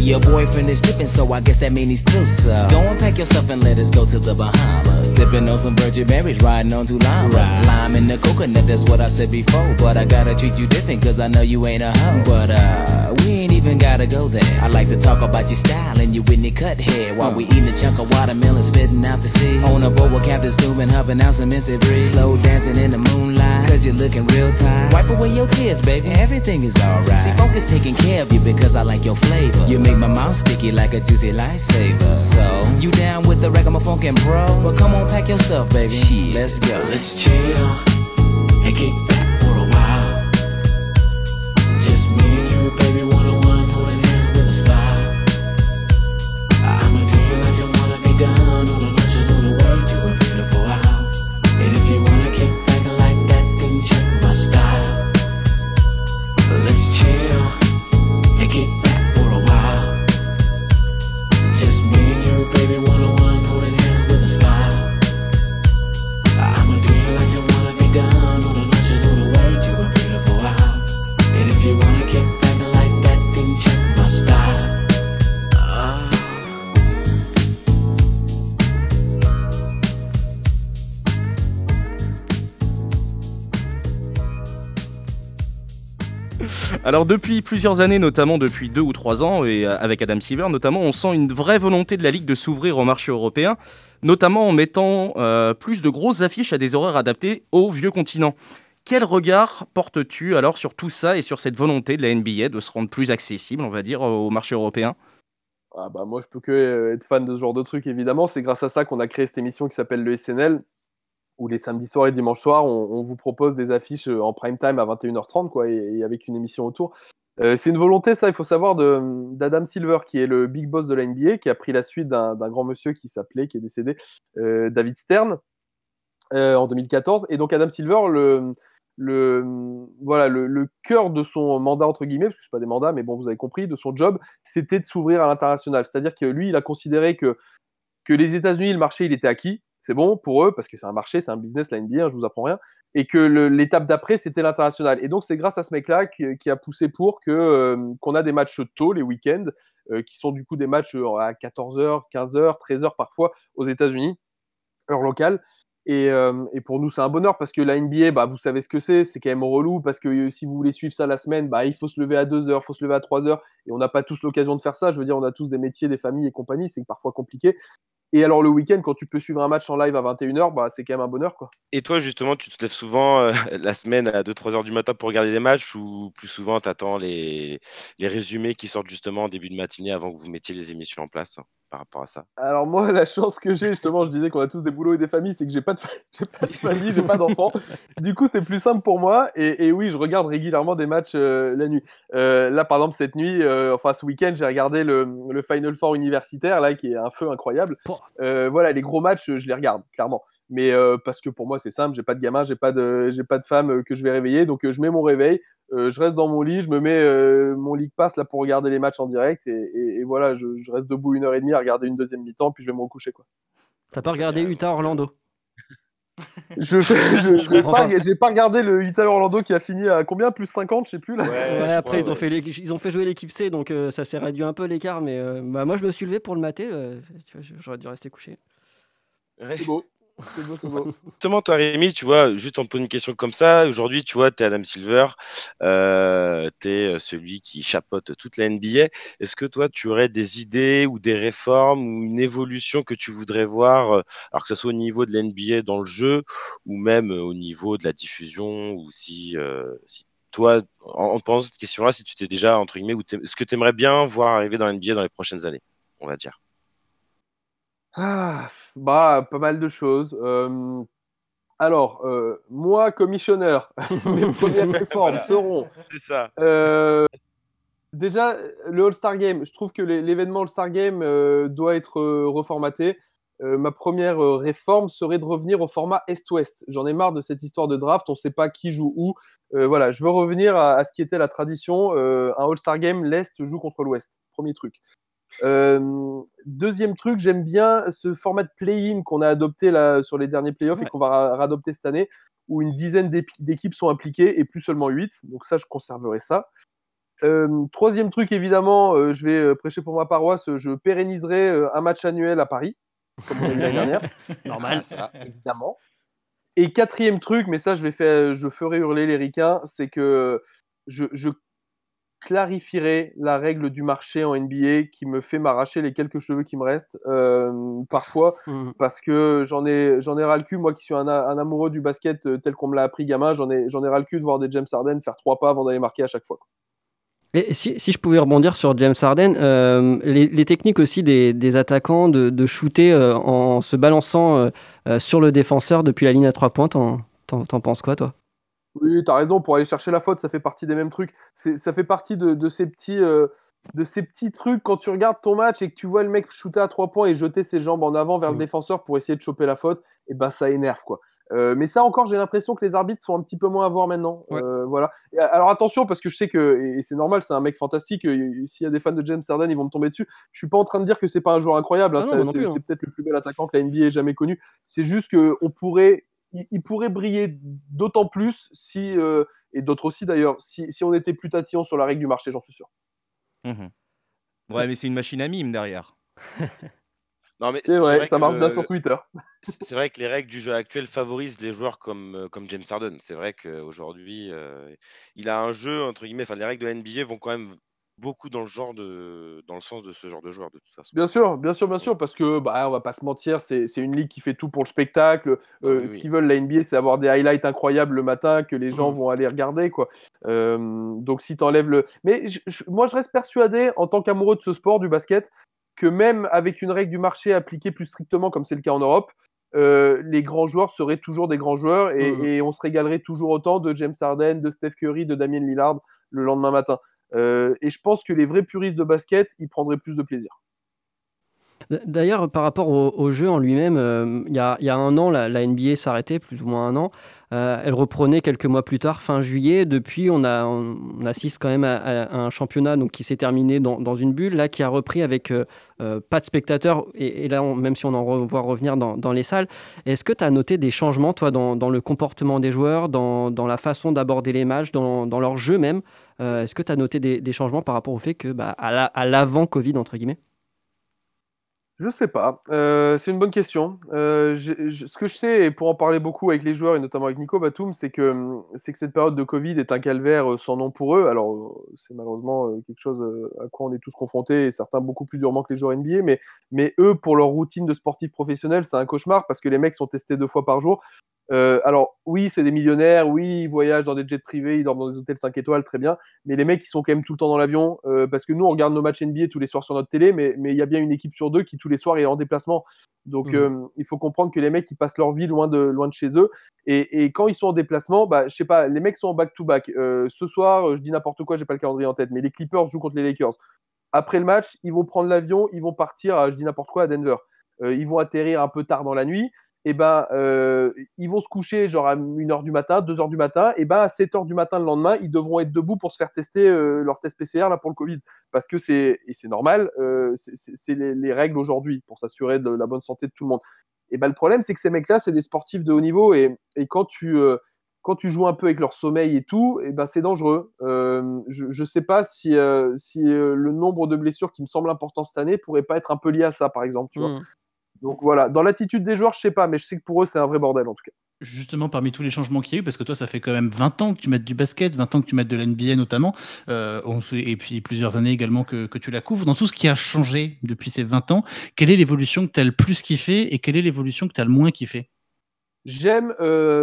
Your boyfriend is tripping, so I guess that means he's through, so go and pack yourself and let us go to the Bahamas. Sipping on some Virgin Berries, riding on two llamas. Lime in the coconut, that's what I said before. But I gotta treat you different, cause I know you ain't a hoe. But we ain't even gotta go there. I like to talk about your style and your Whitney cut hair. While we eating a chunk of watermelon, spitting out the sea. On a boat with Captain Stoom and huffing out some Missy Breeze. Slow dancing in the moonlight, cause you're looking real tired. Wipe away your tears, baby, everything is alright. See, focus taking care of you because I like your flavor. You make my mouth sticky like a juicy lifesaver. So, you down with the ragamuffin and bro? Well, come on, pack your stuff, baby. Shit, let's go.
Let's chill and get back for a while. Just me and you, baby, one-on-one, holding hands with a smile. I'ma do you like you wanna be done on a luncheon on the way to a beautiful house. And if you wanna keep acting like that, then check my style. Let's chill and get back for a while. Just me and you, baby, one-on-one, holding hands with a smile. I'ma do you like you wanna be done on a luncheon on the way to a beautiful house. And if you wanna get back like that, then check my style.
Alors depuis plusieurs années, notamment depuis 2 ou 3 ans, et avec Adam Silver notamment, on sent une vraie volonté de la Ligue de s'ouvrir au marché européen, notamment en mettant plus de grosses affiches à des horaires adaptés au vieux continent. Quel regard portes-tu alors sur tout ça et sur cette volonté de la NBA de se rendre plus accessible, on va dire, au marché européen ?
Ah bah moi je peux que être fan de ce genre de truc évidemment, c'est grâce à ça qu'on a créé cette émission qui s'appelle le SNL, où les samedis soirs et dimanches soirs on vous propose des affiches en prime time à 21h30 quoi, et avec une émission autour. C'est une volonté ça, il faut savoir, d'Adam Silver qui est le big boss de la NBA, qui a pris la suite d'un grand monsieur qui est décédé, David Stern, en 2014. Et donc Adam Silver, le cœur de son mandat, entre guillemets, parce que c'est pas des mandats, mais bon, vous avez compris, de son job, c'était de s'ouvrir à l'international. C'est-à-dire que lui, il a considéré que les États-Unis, le marché, il était acquis, c'est bon pour eux, parce que c'est un marché, c'est un business, la NBA, je vous apprends rien, et que l'étape d'après, c'était l'international. Et donc, c'est grâce à ce mec-là qui a poussé pour qu'on a des matchs tôt, les week-ends, qui sont du coup des matchs à 14h, 15h, 13h parfois aux États-Unis, heure locale. Et pour nous, c'est un bonheur parce que la NBA, bah, vous savez ce que c'est quand même relou parce que si vous voulez suivre ça la semaine, bah, il faut se lever à 2h, il faut se lever à 3h et on n'a pas tous l'occasion de faire ça. Je veux dire, on a tous des métiers, des familles et compagnie, c'est parfois compliqué. Et alors le week-end, quand tu peux suivre un match en live à 21h, bah, c'est quand même un bonheur, quoi.
Et toi, justement, tu te lèves souvent la semaine à 2-3 heures du matin pour regarder des matchs ou plus souvent, tu attends les résumés qui sortent justement en début de matinée avant que vous mettiez les émissions en place par rapport à ça?
Alors moi, la chance que j'ai, justement, je disais qu'on a tous des boulots et des familles, c'est que j'ai pas de famille, j'ai pas d'enfants. Du coup, c'est plus simple pour moi. Et oui, je regarde régulièrement des matchs la nuit. Là, par exemple, cette nuit, enfin ce week-end, j'ai regardé le Final Four universitaire, là, qui est un feu incroyable. Voilà, les gros matchs, je les regarde, clairement. Mais parce que pour moi, c'est simple, j'ai pas de gamin, j'ai pas de femme que je vais réveiller. Donc, je mets mon réveil, je reste dans mon lit, je me mets mon League Pass là, pour regarder les matchs en direct. Et voilà, je reste debout 1h30 à regarder une deuxième mi-temps, puis je vais me recoucher, quoi.
T'as pas regardé Utah-Orlando?
J'ai pas regardé le Utah Orlando qui a fini à combien? Plus 50, je sais plus là.
Ouais, après ils ont fait jouer l'équipe C, donc ça s'est réduit un peu l'écart, mais bah, moi je me suis levé pour le mater, tu vois, j'aurais dû rester couché.
C'est beau. C'est beau, c'est beau.
Justement, toi, Rémi, tu vois, juste en te posant une question comme ça, aujourd'hui, tu vois, tu es Adam Silver, tu es celui qui chapeaute toute la NBA. Est-ce que toi, tu aurais des idées ou des réformes ou une évolution que tu voudrais voir, alors que ce soit au niveau de la NBA dans le jeu ou même au niveau de la diffusion, ou si toi, en te posant cette question-là, si tu t'es déjà, entre guillemets, ce que tu aimerais bien voir arriver dans la NBA dans les prochaines années, on va dire?
Ah, bah, pas mal de choses. Alors, moi, commissionneur, mes premières réformes
Voilà,
seront
c'est ça.
déjà le All-Star Game. Je trouve que l'événement All-Star Game doit être reformaté. Ma première réforme serait de revenir au format Est-Ouest. J'en ai marre de cette histoire de draft, on ne sait pas qui joue où. Voilà, je veux revenir à ce qui était la tradition. Un All-Star Game, l'Est joue contre l'Ouest. Premier truc. Deuxième truc, j'aime bien ce format de play-in qu'on a adopté là, sur les derniers playoffs et qu'on va réadopter cette année, où une dizaine d'équipes sont impliquées et plus seulement 8. Donc ça, je conserverai ça. Troisième truc, évidemment, je vais prêcher pour ma paroisse, je pérenniserai un match annuel à Paris, comme on a eu l'année dernière.
Normal.
Évidemment. Et quatrième truc, mais ça, je ferai hurler les ricains, c'est que je clarifierai la règle du marché en NBA qui me fait m'arracher les quelques cheveux qui me restent parfois, parce que j'en ai ras le cul, moi qui suis un amoureux du basket tel qu'on me l'a appris gamin, j'en ai ras le cul de voir des James Harden faire 3 pas avant d'aller marquer à chaque fois.
Et si je pouvais rebondir sur James Harden, les techniques aussi des attaquants de shooter en se balançant sur le défenseur depuis la ligne à 3 points, t'en penses quoi, toi?
Oui, t'as raison, pour aller chercher la faute, ça fait partie des mêmes trucs. Ça fait partie de ces petits trucs quand tu regardes ton match et que tu vois le mec shooter à 3 points et jeter ses jambes en avant vers le défenseur pour essayer de choper la faute, et ben ça énerve, quoi. Mais ça encore, j'ai l'impression que les arbitres sont un petit peu moins à voir maintenant. Voilà. Et alors attention, parce que je sais que, et c'est normal, c'est un mec fantastique, s'il y a des fans de James Harden, ils vont me tomber dessus. Je suis pas en train de dire que c'est pas un joueur incroyable,
Ah non, moi non plus, hein.
c'est peut-être le plus bel attaquant que la NBA ait jamais connu. C'est juste il pourrait briller d'autant plus si, et d'autres aussi d'ailleurs, si on était plus tatillon sur la règle du marché, j'en suis sûr.
Ouais, mais c'est une machine à mime derrière.
Non, mais
C'est
c'est
vrai,
vrai
ça marche bien
que
sur Twitter.
c'est vrai que les règles du jeu actuel favorisent les joueurs comme James Harden. C'est vrai qu'aujourd'hui, il a un jeu entre guillemets, enfin les règles de la NBA vont quand même beaucoup dans le sens de ce genre de joueur de toute façon.
Bien sûr, parce que on va pas se mentir, c'est une ligue qui fait tout pour le spectacle.
Oui,
Ce
oui.
qu'ils veulent, la NBA, c'est avoir des highlights incroyables le matin que les gens vont aller regarder, quoi. Donc si t'enlèves le. Mais moi, je reste persuadé, en tant qu'amoureux de ce sport, du basket, que même avec une règle du marché appliquée plus strictement, comme c'est le cas en Europe, les grands joueurs seraient toujours des grands joueurs et on se régalerait toujours autant de James Harden, de Steph Curry, de Damian Lillard le lendemain matin. Et je pense que les vrais puristes de basket y prendraient plus de plaisir.
D'ailleurs, par rapport au jeu en lui-même, il y a un an, la NBA s'arrêtait, plus ou moins un an. Elle reprenait quelques mois plus tard, fin juillet. Depuis, on assiste quand même à un championnat donc, qui s'est terminé dans une bulle, là, qui a repris avec pas de spectateurs. Et là, même si on en voit revenir dans les salles, est-ce que tu as noté des changements, toi, dans le comportement des joueurs, dans la façon d'aborder les matchs, dans leur jeu même? Est-ce que tu as noté des changements par rapport au fait que, à l'avant-Covid, entre guillemets?
Je sais pas. C'est une bonne question. Ce que je sais, et pour en parler beaucoup avec les joueurs et notamment avec Nico Batum, c'est que cette période de Covid est un calvaire sans nom pour eux. Alors, c'est malheureusement quelque chose à quoi on est tous confrontés, et certains beaucoup plus durement que les joueurs NBA, mais eux, pour leur routine de sportif professionnel, c'est un cauchemar parce que les mecs sont testés 2 fois par jour. Alors, oui, c'est des millionnaires, oui, ils voyagent dans des jets privés, ils dorment dans des hôtels 5 étoiles, très bien, mais les mecs, ils sont quand même tout le temps dans l'avion, parce que nous, on regarde nos matchs NBA tous les soirs sur notre télé, mais il y a bien une équipe sur 2 qui, tous les soirs, est en déplacement. Donc, il faut comprendre que les mecs, ils passent leur vie loin de chez eux, et quand ils sont en déplacement, je sais pas, les mecs sont en back-to-back. Ce soir, je dis n'importe quoi, j'ai pas le calendrier en tête, mais les Clippers jouent contre les Lakers. Après le match, ils vont prendre l'avion, ils vont partir, je dis n'importe quoi, à Denver. Ils vont atterrir un peu tard dans la nuit, et ils vont se coucher genre à 1h du matin, 2h du matin, et à 7h du matin le lendemain, ils devront être debout pour se faire tester leur test PCR là, pour le Covid. Parce que c'est normal, c'est les règles aujourd'hui pour s'assurer de la bonne santé de tout le monde. Et le problème, c'est que ces mecs-là, c'est des sportifs de haut niveau, et quand tu joues un peu avec leur sommeil et tout, c'est dangereux. Je sais pas si le nombre de blessures qui me semble important cette année pourrait pas être un peu lié à ça, par exemple, tu vois. Donc voilà, dans l'attitude des joueurs, je sais pas, mais je sais que pour eux, c'est un vrai bordel en tout cas.
Justement, parmi tous les changements qu'il y a eu, parce que toi, ça fait quand même 20 ans que tu mets du basket, 20 ans que tu mets de l'NBA notamment, et puis plusieurs années également que tu la couvres. Dans tout ce qui a changé depuis ces 20 ans, quelle est l'évolution que tu as le plus kiffé et quelle est l'évolution que tu as le moins kiffé?
J'aime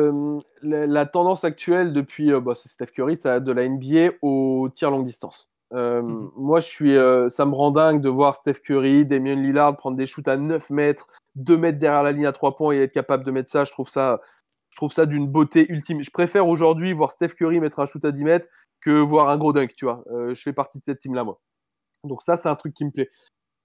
la tendance actuelle depuis c'est Steph Curry, ça, de la NBA au tir longue distance. Moi, ça me rend dingue de voir Steph Curry, Damian Lillard prendre des shoots à 9 mètres, 2 mètres derrière la ligne à 3 points et être capable de mettre ça. Je trouve ça d'une beauté ultime. Je préfère aujourd'hui voir Steph Curry mettre un shoot à 10 mètres que voir un gros dunk, tu vois. Je fais partie de cette team-là, moi. Donc ça, c'est un truc qui me plaît.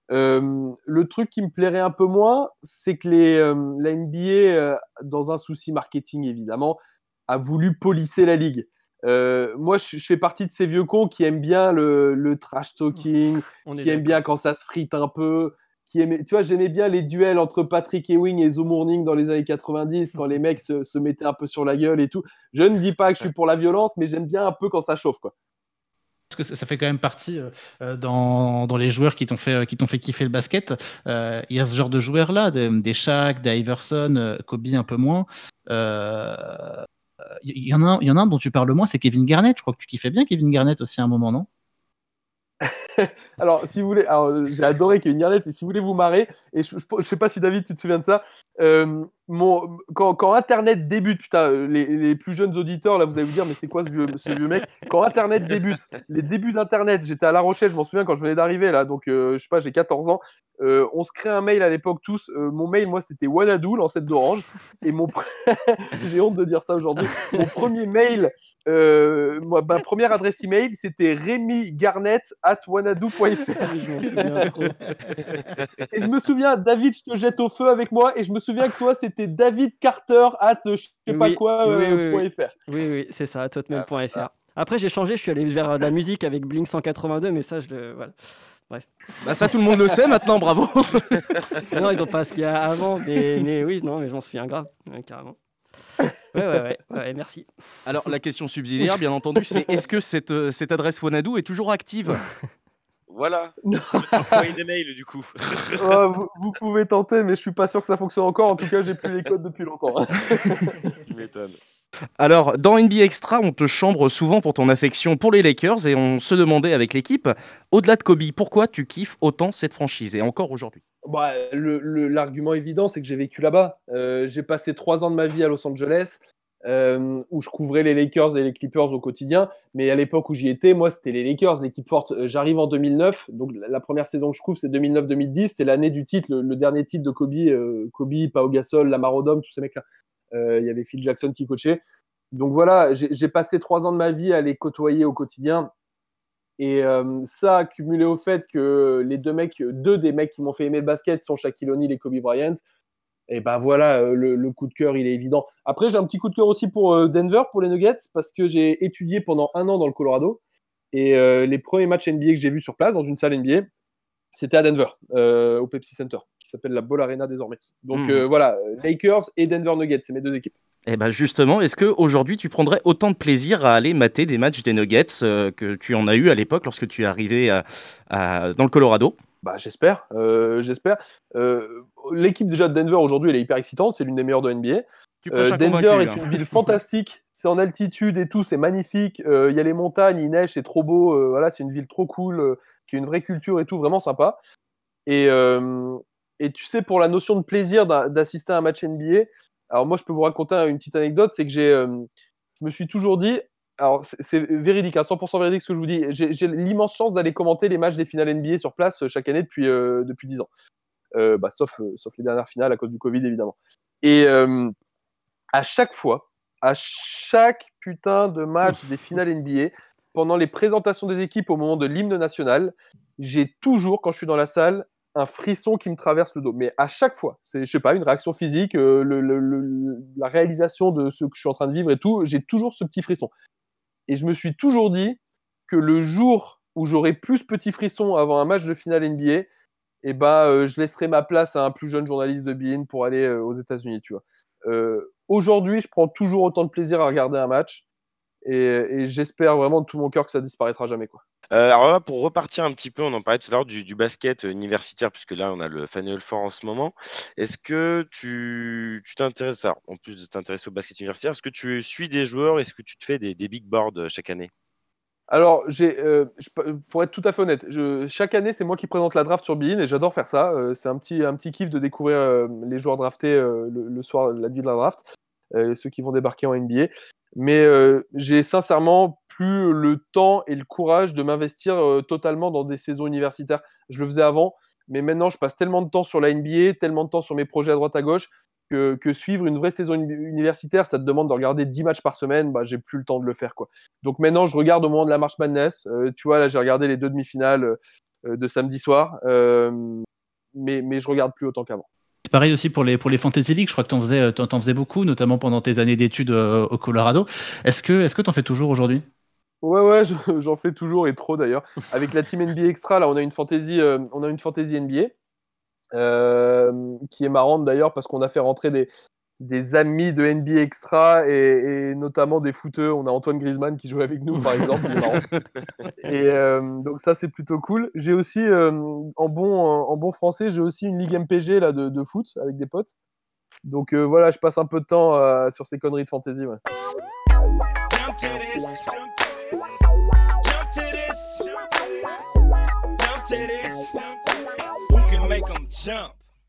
Le truc qui me plairait un peu moins, c'est que la NBA, dans un souci marketing évidemment, a voulu polisser la ligue. Moi, je fais partie de ces vieux cons qui aiment bien le trash talking, qui aiment bien quand ça se frite un peu, tu vois, j'aimais bien les duels entre Patrick Ewing et Zo Mourning dans les années 90, quand les mecs se mettaient un peu sur la gueule et tout. Je ne dis pas que je suis pour la violence, mais j'aime bien un peu quand ça chauffe, quoi.
parce que ça fait quand même partie dans les joueurs qui t'ont fait kiffer le basket. Il y a ce genre de joueurs-là, des Shaq, des Iverson, Kobe un peu moins. Il y en a un dont tu parles moins, c'est Kevin Garnett. Je crois que tu kiffais bien Kevin Garnett aussi à un moment, non?
Alors, si vous voulez, j'ai adoré Kevin Garnett, et si vous voulez vous marrer, et je sais pas si David, tu te souviens de ça, quand Internet débute, putain, les plus jeunes auditeurs, là, vous allez vous dire, mais c'est quoi ce vieux mec? Quand Internet débute, les débuts d'Internet, j'étais à La Rochelle, je m'en souviens quand je venais d'arriver, là, donc je sais pas, j'ai 14 ans. On se crée un mail à l'époque tous. Mon mail, moi, c'était Wanadoo, l'ancêtre d'Orange. Et j'ai honte de dire ça aujourd'hui. Mon premier mail, ma première adresse email, c'était remy.garnett@wanadoo.fr. Et je me souviens, David, je te jette au feu avec moi. Et je me souviens que toi, c'était David Carter je sais pas quoi .fr.
Oui, c'est ça, totmail.fr. Après, j'ai changé, je suis allé vers la musique avec Blink 182, mais ça, voilà. Bref.
Bah ça, tout le monde le sait maintenant, bravo.
Non, ils n'ont pas ce qu'il y a avant, mais oui, non, mais je m'en souviens grave, carrément. Ouais, merci.
Alors, la question subsidiaire, bien entendu, c'est est-ce que cette adresse Wanadoo est toujours active?
Voilà. Envoyer des mails, du coup.
Vous pouvez tenter, mais je suis pas sûr que ça fonctionne encore. En tout cas, j'ai plus les codes depuis longtemps.
Tu m'étonnes.
Alors, dans NBA Extra, on te chambre souvent pour ton affection pour les Lakers et on se demandait avec l'équipe, au-delà de Kobe, pourquoi tu kiffes autant cette franchise et encore aujourd'hui?
L'argument évident, c'est que j'ai vécu là-bas. J'ai passé 3 ans de ma vie à Los Angeles, où je couvrais les Lakers et les Clippers au quotidien. Mais à l'époque où j'y étais, moi, c'était les Lakers, l'équipe forte. J'arrive en 2009, donc la première saison que je couvre, c'est 2009-2010. C'est l'année du titre, le dernier titre de Kobe, Pau Gasol, Lamar Odom, tous ces mecs-là. Il y avait Phil Jackson qui coachait. Donc voilà, j'ai passé 3 ans de ma vie à les côtoyer au quotidien. Et ça, cumulé au fait que deux des mecs qui m'ont fait aimer le basket sont Shaquille O'Neal et Kobe Bryant, et ben voilà, le coup de cœur, il est évident. Après, j'ai un petit coup de cœur aussi pour Denver, pour les Nuggets, parce que j'ai étudié pendant 1 an dans le Colorado. Et les premiers matchs NBA que j'ai vus sur place, dans une salle NBA, c'était à Denver, au Pepsi Center, qui s'appelle la Ball Arena désormais. Donc voilà, Lakers et Denver Nuggets, c'est mes 2 équipes.
Eh ben justement, est-ce qu'aujourd'hui tu prendrais autant de plaisir à aller mater des matchs des Nuggets que tu en as eu à l'époque lorsque tu es arrivé dans le Colorado?
J'espère. L'équipe déjà de Denver aujourd'hui, elle est hyper excitante, c'est l'une des meilleures de NBA. Denver est une ville fantastique, c'est en altitude et tout, c'est magnifique. Il y a les montagnes, il neige, c'est trop beau. Voilà, c'est une ville trop cool, qui a une vraie culture et tout, vraiment sympa. Et tu sais, pour la notion de plaisir d'assister à un match NBA, alors moi je peux vous raconter une petite anecdote, c'est que je me suis toujours dit, alors c'est véridique, 100% véridique ce que je vous dis, j'ai l'immense chance d'aller commenter les matchs des finales NBA sur place chaque année depuis 10 ans. Sauf les dernières finales à cause du Covid évidemment. Et à chaque putain de match des finales NBA, pendant les présentations des équipes au moment de l'hymne national, j'ai toujours, quand je suis dans la salle, un frisson qui me traverse le dos. Mais à chaque fois, c'est, je sais pas, une réaction physique, la réalisation de ce que je suis en train de vivre et tout, j'ai toujours ce petit frisson. Et je me suis toujours dit que le jour où j'aurai plus ce petit frisson avant un match de finale NBA, je laisserai ma place à un plus jeune journaliste de beIN pour aller aux États-Unis, tu vois. Aujourd'hui, je prends toujours autant de plaisir à regarder un match et j'espère vraiment de tout mon cœur que ça disparaîtra jamais, quoi.
Alors là, pour repartir un petit peu, on en parlait tout à l'heure du basket universitaire, puisque là, on a le Final Four en ce moment. Est-ce que tu t'intéresses, alors, en plus de t'intéresser au basket universitaire, est-ce que tu suis des joueurs, est-ce que tu te fais des big boards chaque année?
Alors, pour être tout à fait honnête, chaque année, c'est moi qui présente la draft sur beIN et j'adore faire ça. C'est un petit kiff de découvrir les joueurs draftés le soir, la nuit de la draft, ceux qui vont débarquer en NBA. Mais j'ai sincèrement plus le temps et le courage de m'investir totalement dans des saisons universitaires. Je le faisais avant, mais maintenant, je passe tellement de temps sur la NBA, tellement de temps sur mes projets à droite à gauche, que suivre une vraie saison universitaire, ça te demande de regarder 10 matchs par semaine, j'ai plus le temps de le faire, quoi. Donc maintenant, je regarde au moment de la March Madness. Tu vois, là, j'ai regardé les 2 demi-finales de samedi soir, mais je regarde plus autant qu'avant.
C'est pareil aussi pour les Fantasy League, je crois que t'en faisais beaucoup, notamment pendant tes années d'études au Colorado. Est-ce que t'en fais toujours aujourd'hui?
Ouais, j'en fais toujours et trop d'ailleurs. Avec la team NBA Extra, là, on a une fantasy NBA qui est marrante d'ailleurs parce qu'on a fait rentrer des amis de NBA Extra et notamment des footeux. On a Antoine Griezmann qui joue avec nous, par exemple, il est marrant. Et donc ça, c'est plutôt cool. J'ai aussi, en bon français, j'ai aussi une ligue MPG là, de foot avec des potes. Donc voilà, je passe un peu de temps sur ces conneries de fantasy. Ouais.
Jump to this. Jump to this. Jump to this. Who can make them jump?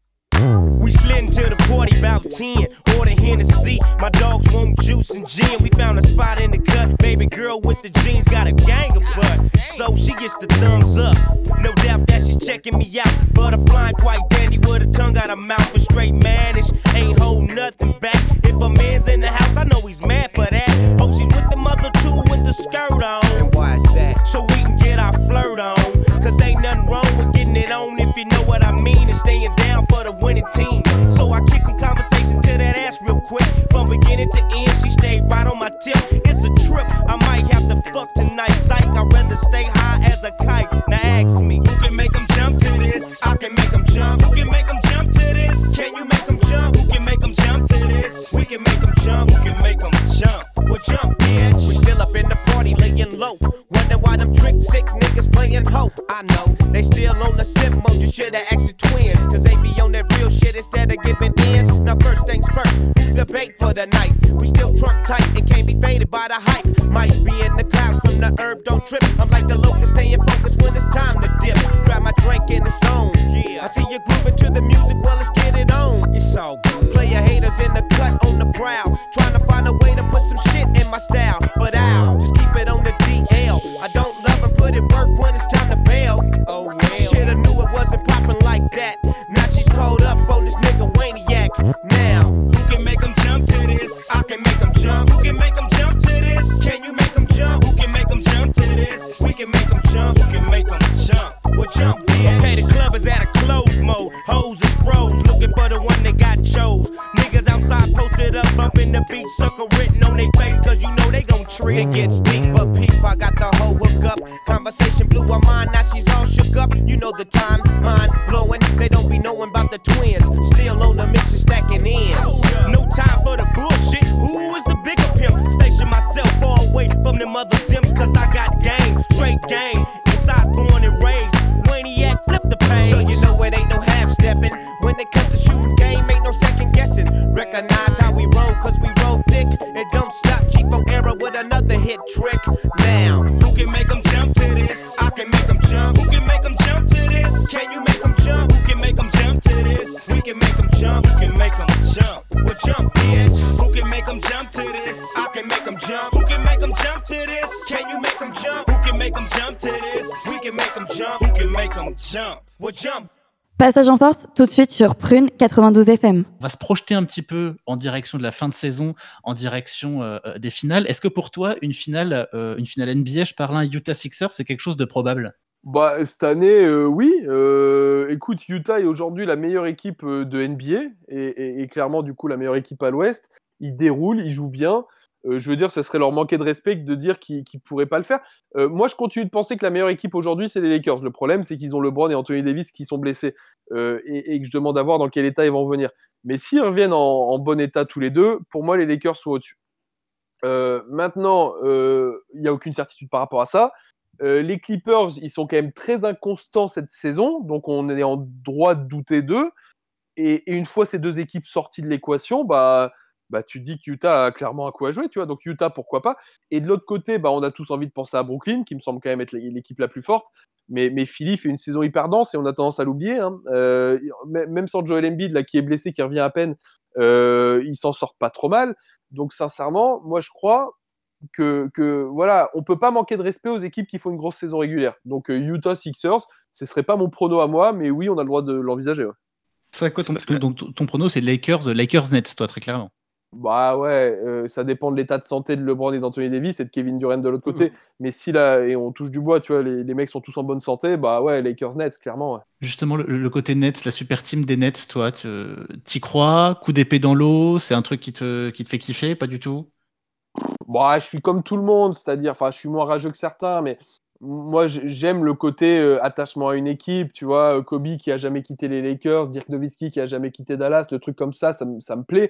We slid into the party about 10, order Hennessy. My dogs want juice and gin. We found a spot in the cut. Baby girl with the jeans got a gang of butt. So she gets the thumbs up. No doubt that she checking me out. Butterfly quite dandy with a tongue out her mouth. But straight mannish, ain't hold nothing back. If a man's in the house, I know he's mad for that. Hope she's with the mother too with the skirt on. And why is that? So we can get our flirt on. Cause ain't nothing wrong with getting it on if you know what I mean. And staying down for the winning team. So I kicked some conversation to that ass real quick. From beginning to end, she stayed right on my tip. It's a trip, I might have to fuck tonight. Psych, I'd rather stay high as a kite. Now ask me, who can make them jump to this? I can make them jump. Who can make them jump to this? Can you make them jump? Who can make them jump to this? We can make them jump. Who can make them jump? Well, jump, bitch. We still up in the party, laying low. Wonder why them trick sick niggas playing hoe. I know, they still on the sip mode. You shoulda asked the twins, cause they be on that real shit instead of giving ends. Now first things first, who's the bait for the night? We still trunk tight and can't be faded by the hype. Might be in the clouds from the herb, don't trip. I'm like the locust, staying focused when it's time to dip. Grab my drink in the zone, yeah. I see you grooving to the music, well let's get it on. It's all good. Player haters in the cut on the prowl, trying to find a way to put some shit in my style. But I'll just keep it on the DL. I don't love and put it work when it's time to bail. Oh well, she shoulda knew it wasn't popping like that. Now she's caught up on this nigga Waniac. Now, who can make them jump to this? I can make them jump. Who can make them jump to this? Can you make them jump? Who can make them jump to this? We can make them jump. Who can make them jump? Well, jump, bitch. Okay, the club is at a close mode. Hoes is froze, looking for the one that got chose. Niggas outside posted up, bumping the beat, sucker written on their face, cause you know they gon' treat. It gets deep, but peep, I got the whole hook up. Conversation blew her mind, now she's all shook up. You know the time, mind blowing. They don't be knowing about the twins. Still on the mission, stacking ends. No time for the bullshit. Who is the bigger pimp? Station myself far away from them other Sims, cause I got game, straight game. Inside born and raised. Waniac, flip the page. So you know it ain't no half stepping. When it comes to shooting game, ain't no second guessing. Recognize how we roll, cause we roll thick. It don't stop, Chief on era with another hit trick. Now, who can make them jump to this? I can make them jump. Who can make them jump to this? Can you make them jump? Who can make them jump to this? We can make them jump. Who can make them jump? Well, jump, bitch. Who can make them jump to this? I can make them jump. Who can make them jump to this? Can you make them jump? Who can make them jump to this? We can make them jump. Who can make them jump? Well, jump.
Passage en force, tout de suite sur Prune 92 FM.
On va se projeter un petit peu en direction de la fin de saison, en direction des finales. Est-ce que pour toi, une finale NBA, je parle un Utah Sixers, c'est quelque chose de probable?
Bah, cette année, oui. Écoute, Utah est aujourd'hui la meilleure équipe de NBA et clairement, du coup, la meilleure équipe à l'Ouest. Ils déroulent, ils jouent bien. Je veux dire, ce serait leur manquer de respect de dire qu'ils ne pourraient pas le faire. Moi, je continue de penser que la meilleure équipe aujourd'hui, c'est les Lakers. Le problème, c'est qu'ils ont LeBron et Anthony Davis qui sont blessés et que je demande à voir dans quel état ils vont revenir. Mais s'ils reviennent en bon état tous les deux, pour moi, les Lakers sont au-dessus. Maintenant, il n'y a aucune certitude par rapport à ça. Les Clippers, ils sont quand même très inconstants cette saison, donc on est en droit de douter d'eux. Et une fois ces deux équipes sorties de l'équation, bah tu dis que Utah a clairement un coup à jouer, tu vois. Donc Utah, pourquoi pas. Et de l'autre côté, on a tous envie de penser à Brooklyn, qui me semble quand même être l'équipe la plus forte. Mais Philly fait une saison hyper dense et on a tendance à l'oublier. Hein. Même sans Joel Embiid, là, qui est blessé, qui revient à peine, il s'en sort pas trop mal. Donc sincèrement, moi je crois que voilà, on peut pas manquer de respect aux équipes qui font une grosse saison régulière. Donc Utah Sixers, ce serait pas mon prono à moi, mais oui, on a le droit de l'envisager. Ouais.
C'est quoi ton prono? C'est Lakers Nets, toi, très clairement.
Bah ouais, ça dépend de l'état de santé de LeBron et d'Anthony Davis et de Kevin Durant de l'autre côté. Mais si là, et on touche du bois, tu vois, les mecs sont tous en bonne santé, bah ouais, Lakers Nets, clairement. Ouais.
Justement, le côté Nets, la super team des Nets, toi, t'y crois? Coup d'épée dans l'eau, c'est un truc qui te fait kiffer? Pas du tout?
Bah, je suis comme tout le monde, c'est-à-dire, enfin, je suis moins rageux que certains, mais moi, j'aime le côté attachement à une équipe, tu vois, Kobe qui a jamais quitté les Lakers, Dirk Nowitzki qui a jamais quitté Dallas, le truc comme ça me plaît.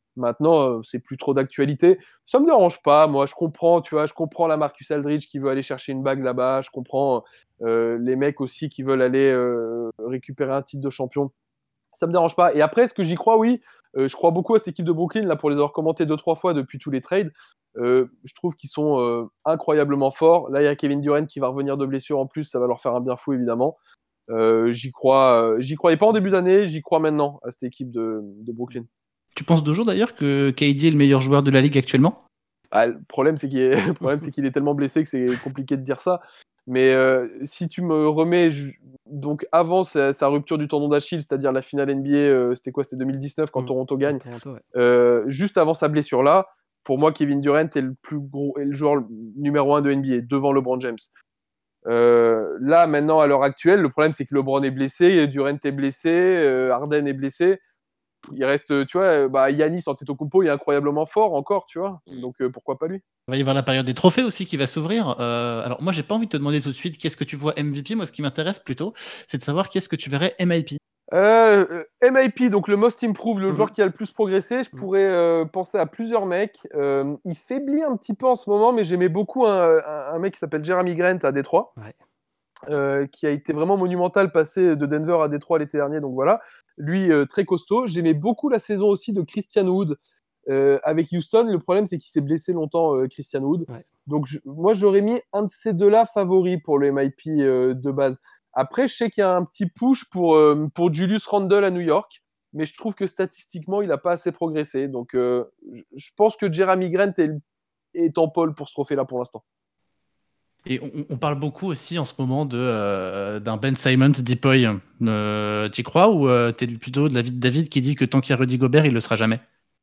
Maintenant, c'est plus trop d'actualité. Ça me dérange pas, moi, je comprends, tu vois, je comprends la Marcus Aldridge qui veut aller chercher une bague là-bas, je comprends les mecs aussi qui veulent aller récupérer un titre de champion. Ça me dérange pas. Et après, est-ce que j'y crois? Oui. Je crois beaucoup à cette équipe de Brooklyn, là, pour les avoir commentés 2-3 fois depuis tous les trades. Je trouve qu'ils sont incroyablement forts. Là, il y a Kevin Durant qui va revenir de blessure en plus, ça va leur faire un bien fou, évidemment. J'y croyais pas en début d'année, j'y crois maintenant à cette équipe de Brooklyn.
Tu penses toujours d'ailleurs que KD est le meilleur joueur de la ligue actuellement?
Le problème, c'est qu'il est tellement blessé que c'est compliqué de dire ça. Mais si tu me remets donc avant sa rupture du tendon d'Achille, c'est-à-dire la finale NBA, c'était quoi? C'était 2019 quand Toronto gagne.
Toronto, ouais.
Juste avant sa blessure-là, pour moi, Kevin Durant est le joueur numéro 1 de NBA, devant LeBron James. Là, maintenant, à l'heure actuelle, le problème, c'est que LeBron est blessé, Durant est blessé, Harden est blessé. Il reste, tu vois, Giannis Antetokounmpo, il est incroyablement fort encore, tu vois. Donc pourquoi pas lui?
Il va y avoir la période des trophées aussi qui va s'ouvrir. Alors moi, j'ai pas envie de te demander tout de suite qu'est-ce que tu vois MVP. Moi, ce qui m'intéresse plutôt, c'est de savoir qu'est-ce que tu verrais MIP.
MIP, donc le Most Improved, le joueur qui a le plus progressé. Je pourrais penser à plusieurs mecs. Il faiblit un petit peu en ce moment, mais j'aimais beaucoup un mec qui s'appelle Jeremy Grant à Détroit.
Ouais.
Qui a été vraiment monumental, passé de Denver à Détroit l'été dernier, donc voilà. Lui, très costaud. J'aimais beaucoup la saison aussi de Christian Wood avec Houston. Le problème, c'est qu'il s'est blessé longtemps, Christian Wood.
Ouais.
Donc moi, j'aurais mis un de ces deux-là favori pour le MIP de base. Après, je sais qu'il y a un petit push pour Julius Randle à New York, mais je trouve que statistiquement, il n'a pas assez progressé. Donc je pense que Jeremy Grant est en pole pour ce trophée-là pour l'instant.
Et on parle beaucoup aussi en ce moment d'un Ben Simmons Depoy. T'y crois ou t'es plutôt de l'avis de David qui dit que tant qu'il y a Rudy Gobert, il le sera jamais?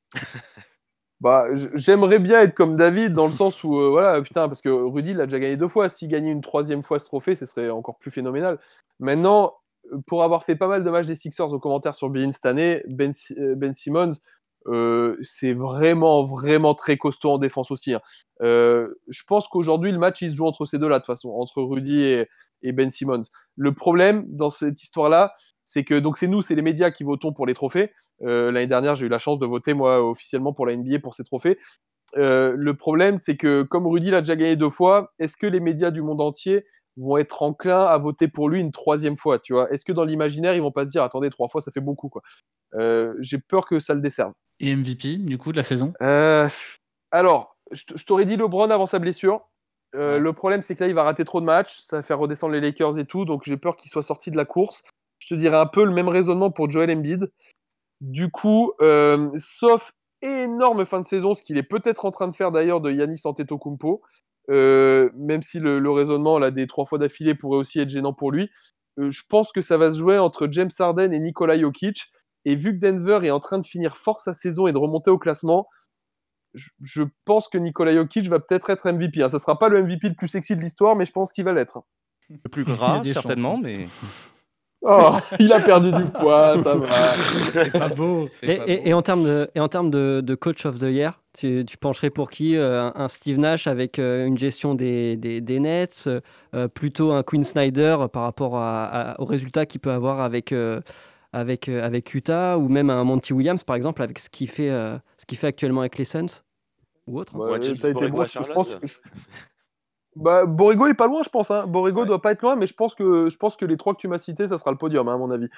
J'aimerais bien être comme David dans le sens où, voilà, putain, parce que Rudy l'a déjà gagné 2 fois. S'il gagnait une 3e fois ce trophée, ce serait encore plus phénoménal. Maintenant, pour avoir fait pas mal de matchs des Sixers aux commentaires sur Bein cette année, Ben Simmons, c'est vraiment, vraiment très costaud en défense aussi. Hein. Je pense qu'aujourd'hui, le match, il se joue entre ces deux-là, de toute façon, entre Rudy et Ben Simmons. Le problème dans cette histoire-là, c'est que donc c'est les médias qui votons pour les trophées. L'année dernière, j'ai eu la chance de voter, moi, officiellement pour la NBA pour ces trophées. Le problème, c'est que comme Rudy l'a déjà gagné 2 fois, est-ce que les médias du monde entier vont être enclins à voter pour lui une 3e fois, tu vois? Est-ce que dans l'imaginaire, ils vont pas se dire, attendez, 3 fois, ça fait beaucoup, quoi. J'ai peur que ça le desserve.
Et MVP, du coup, de la saison?
Alors, je t'aurais dit LeBron avant sa blessure. Le problème, c'est que là, il va rater trop de matchs. Ça va faire redescendre les Lakers et tout. Donc, j'ai peur qu'il soit sorti de la course. Je te dirais un peu le même raisonnement pour Joel Embiid. Du coup, sauf énorme fin de saison, ce qu'il est peut-être en train de faire d'ailleurs de Giannis Antetokounmpo, même si le raisonnement là, des 3 fois d'affilée pourrait aussi être gênant pour lui. Je pense que ça va se jouer entre James Harden et Nikola Jokic. Et vu que Denver est en train de finir fort sa saison et de remonter au classement, je pense que Nikola Jokic va peut-être être MVP. Hein. Ça ne sera pas le MVP le plus sexy de l'histoire, mais je pense qu'il va l'être.
Le plus gras, certainement, mais...
Oh, il a perdu du poids, ça va.
C'est pas beau.
Et en termes de coach of the year, tu pencherais pour qui? Un Steve Nash avec une gestion des Nets, plutôt un Quinn Snyder par rapport aux résultats qu'il peut avoir avec Utah, ou même un Monty Williams par exemple avec ce qu'il fait actuellement avec les Suns ou autre.
T'as été bon, je pense. Borrego est pas loin, je pense. Hein. Borrego doit pas être loin, mais je pense que les 3 que tu m'as cités, ça sera le podium, hein, à mon avis.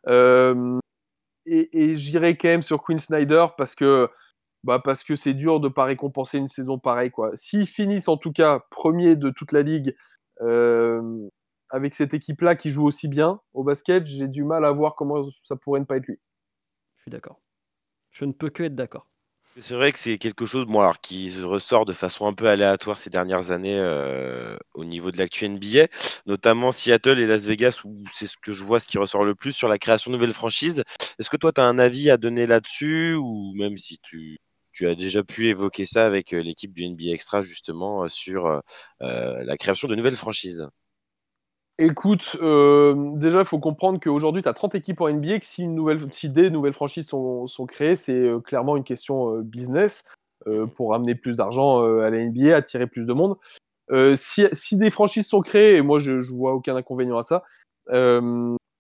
Et j'irai quand même sur Quinn Snyder parce que c'est dur de pas récompenser une saison pareille, quoi. S'ils finissent en tout cas premier de toute la ligue avec cette équipe-là qui joue aussi bien au basket, j'ai du mal à voir comment ça pourrait ne pas être lui.
Je suis d'accord. Je ne peux que être d'accord.
C'est vrai que c'est quelque chose qui ressort de façon un peu aléatoire ces dernières années au niveau de l'actu NBA, notamment Seattle et Las Vegas, où c'est ce que je vois, ce qui ressort le plus sur la création de nouvelles franchises. Est-ce que toi, tu as un avis à donner là-dessus, ou même si tu as déjà pu évoquer ça avec l'équipe du NBA Extra, justement, sur la création de nouvelles franchises?
Écoute, déjà, il faut comprendre qu'aujourd'hui, tu as 30 équipes en NBA, que si des nouvelles franchises sont créées, c'est clairement une question business pour amener plus d'argent à la NBA, attirer plus de monde. Si des franchises sont créées, et moi, je vois aucun inconvénient à ça,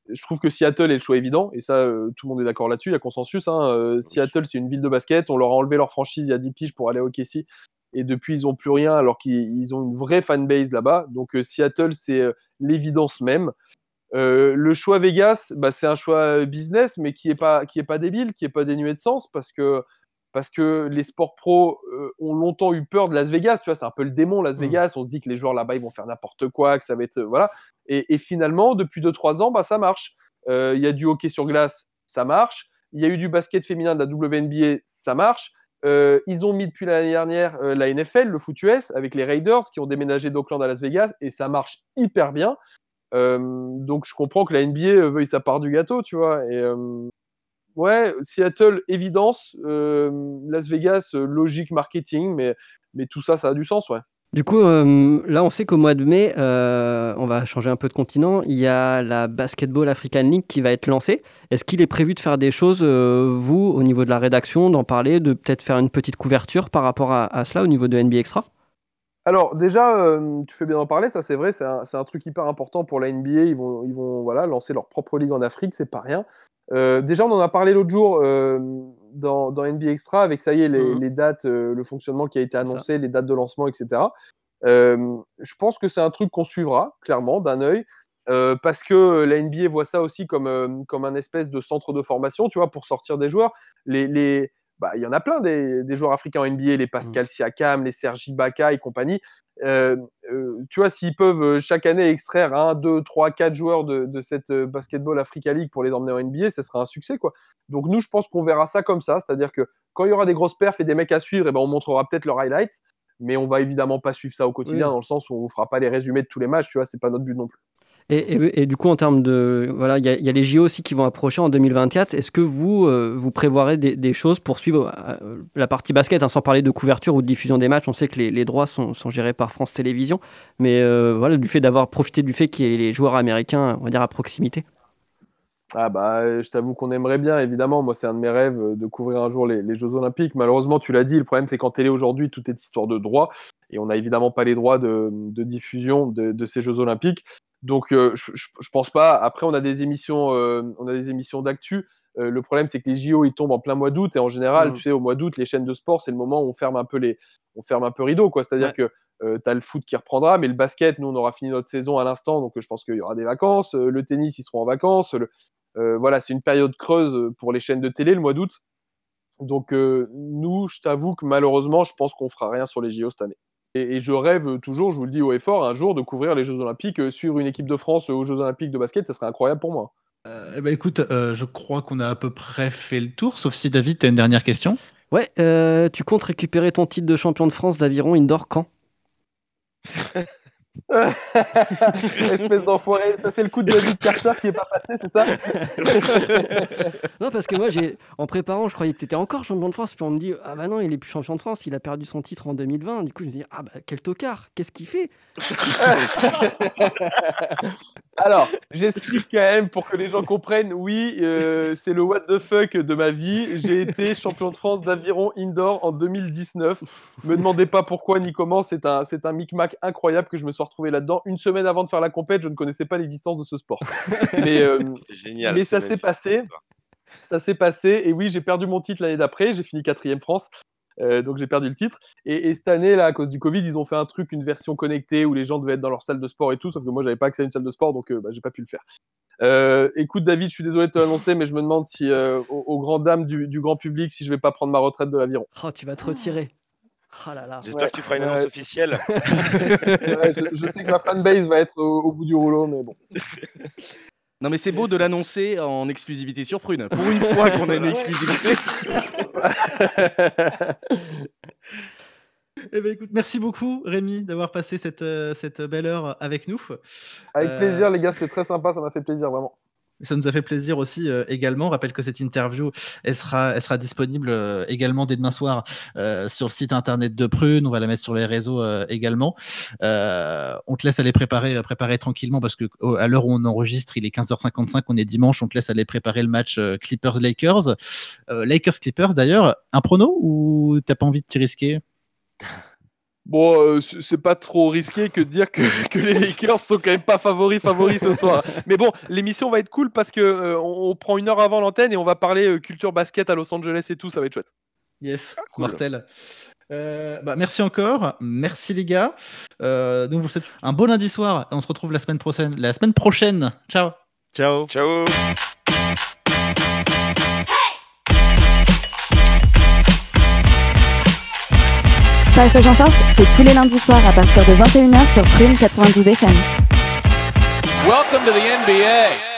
je trouve que Seattle est le choix évident, et ça, tout le monde est d'accord là-dessus, il y a consensus. Seattle, c'est une ville de basket, on leur a enlevé leur franchise il y a 10 piges pour aller au OKC, et depuis, ils n'ont plus rien, alors qu'ils ont une vraie fanbase là-bas. Donc Seattle, c'est l'évidence même. Le choix Vegas, c'est un choix business, mais qui est pas débile, qui est pas dénué de sens, parce que les sports pros ont longtemps eu peur de Las Vegas. Tu vois, c'est un peu le démon Las Vegas. On se dit que les joueurs là-bas ils vont faire n'importe quoi, que ça va être voilà. Et finalement, depuis 2-3 ans, ça marche. Il y a du hockey sur glace, ça marche. Il y a eu du basket féminin de la WNBA, ça marche. Ils ont mis depuis l'année dernière la NFL, le foot US, avec les Raiders qui ont déménagé d'Oakland à Las Vegas, et ça marche hyper bien. Donc je comprends que la NBA veuille sa part du gâteau, tu vois. Et ouais, Seattle, évidence. Las Vegas, logique marketing, mais tout ça, ça a du sens, ouais.
Du coup, là, on sait qu'au mois de mai, on va changer un peu de continent. Il y a la Basketball African League qui va être lancée. Est-ce qu'il est prévu de faire des choses, vous, au niveau de la rédaction, d'en parler, de peut-être faire une petite couverture par rapport à cela au niveau de NBA Extra ?
Alors déjà, tu fais bien d'en parler, ça c'est vrai, c'est un truc hyper important pour la NBA. Ils vont voilà, lancer leur propre ligue en Afrique, c'est pas rien. Déjà, on en a parlé l'autre jour dans NBA Extra, avec ça y est, les dates, le fonctionnement qui a été annoncé, les dates de lancement, etc. Je pense que c'est un truc qu'on suivra, clairement, d'un œil, parce que la NBA voit ça aussi comme un espèce de centre de formation, tu vois, pour sortir des joueurs. Il y en a plein des joueurs africains en NBA, les Pascal Siakam, les Serge Ibaka et compagnie. Tu vois, s'ils peuvent chaque année extraire 1, 2, 3, 4 joueurs de cette Basketball Africa League pour les emmener en NBA, ça sera un succès, quoi. Donc nous, je pense qu'on verra ça comme ça, c'est-à-dire que quand il y aura des grosses perfs et des mecs à suivre, on montrera peut-être leurs highlights, mais on va évidemment pas suivre ça au quotidien, dans le sens où on ne fera pas les résumés de tous les matchs, tu vois, c'est pas notre but non plus.
Et du coup, en termes de... Voilà, il y a les JO aussi qui vont approcher en 2024. Est-ce que vous prévoirez des choses pour suivre la partie basket, sans parler de couverture ou de diffusion des matchs? On sait que les droits sont gérés par France Télévisions, mais voilà, du fait d'avoir profité du fait qu'il y ait les joueurs américains, on va dire, à proximité.
Je t'avoue qu'on aimerait bien, évidemment. Moi, c'est un de mes rêves de couvrir un jour les Jeux Olympiques. Malheureusement, tu l'as dit, le problème, c'est qu'en télé, aujourd'hui, tout est histoire de droits. Et on n'a évidemment pas les droits de diffusion de ces Jeux Olympiques. Donc, je pense pas. Après, on a des émissions d'actu. Le problème, c'est que les JO, ils tombent en plein mois d'août. Et en général, tu sais, au mois d'août, les chaînes de sport, c'est le moment où on ferme un peu rideau, quoi. C'est-à-dire que tu as le foot qui reprendra, mais le basket, nous, on aura fini notre saison à l'instant. Donc, je pense qu'il y aura des vacances. Le tennis, ils seront en vacances. Voilà, c'est une période creuse pour les chaînes de télé, le mois d'août. Donc, nous, je t'avoue que malheureusement, je pense qu'on fera rien sur les JO cette année. Et je rêve toujours, je vous le dis haut et fort, un jour de couvrir les Jeux Olympiques, suivre une équipe de France aux Jeux Olympiques de basket, ça serait incroyable pour moi.
Écoute, je crois qu'on a à peu près fait le tour, sauf si David, tu as une dernière question.
Ouais, tu comptes récupérer ton titre de champion de France d'aviron indoor quand?
Espèce d'enfoiré, ça c'est le coup de David Carter qui est pas passé, c'est ça?
Non, parce que moi, en préparant, je croyais que tu étais encore champion de France, puis on me dit, ah bah non, il est plus champion de France, il a perdu son titre en 2020. Du coup, je me dis, ah bah quel tocard, qu'est-ce qu'il fait?
Alors, j'explique quand même pour que les gens comprennent. Oui, c'est le what the fuck de ma vie. J'ai été champion de France d'aviron indoor en 2019. Me demandez pas pourquoi ni comment. C'est un micmac incroyable que je me suis retrouvé là-dedans. Une semaine avant de faire la compète, je ne connaissais pas les distances de ce sport. Mais,
c'est génial.
Mais ça s'est passé. Ça s'est passé. Et oui, j'ai perdu mon titre l'année d'après. J'ai fini 4e France. Donc j'ai perdu le titre. Et cette année, là, à cause du Covid, ils ont fait un truc, une version connectée où les gens devaient être dans leur salle de sport et tout. Sauf que moi, j'avais pas accès à une salle de sport, donc j'ai pas pu le faire. Écoute, David, je suis désolé de te l'annoncer, mais je me demande si, aux grandes dames du grand public, si je vais pas prendre ma retraite de l'aviron.
Oh, tu vas te retirer. Oh là là.
J'espère que tu feras une annonce officielle.
Je sais que ma fanbase va être au bout du rouleau, mais bon.
Non, mais c'est beau de l'annoncer en exclusivité sur Prune. Pour une fois qu'on a une exclusivité.
Eh ben, écoute, merci beaucoup, Rémi, d'avoir passé cette belle heure avec nous.
Avec plaisir, les gars, c'était très sympa, ça m'a fait plaisir, vraiment.
Ça nous a fait plaisir aussi également. On rappelle que cette interview, elle sera disponible également dès demain soir sur le site internet de Prune. On va la mettre sur les réseaux également. On te laisse aller préparer tranquillement parce que à l'heure où on enregistre, il est 15h55, on est dimanche. On te laisse aller préparer le match Clippers-Lakers. Lakers-Clippers d'ailleurs, un prono ou t'as pas envie de t'y risquer?
Bon, c'est pas trop risqué que de dire que les Lakers sont quand même pas favoris ce soir. Mais bon, l'émission va être cool parce que on prend 1 heure avant l'antenne et on va parler culture basket à Los Angeles et tout, ça va être chouette.
Yes,
cool.
mortel. Merci encore, merci les gars. Donc je vous souhaite un bon lundi soir et on se retrouve la semaine prochaine. Ciao.
Ciao.
Ciao.
Passage en force, c'est tous les lundis soirs à partir de 21h sur Prime 92 FM.
Welcome to the NBA.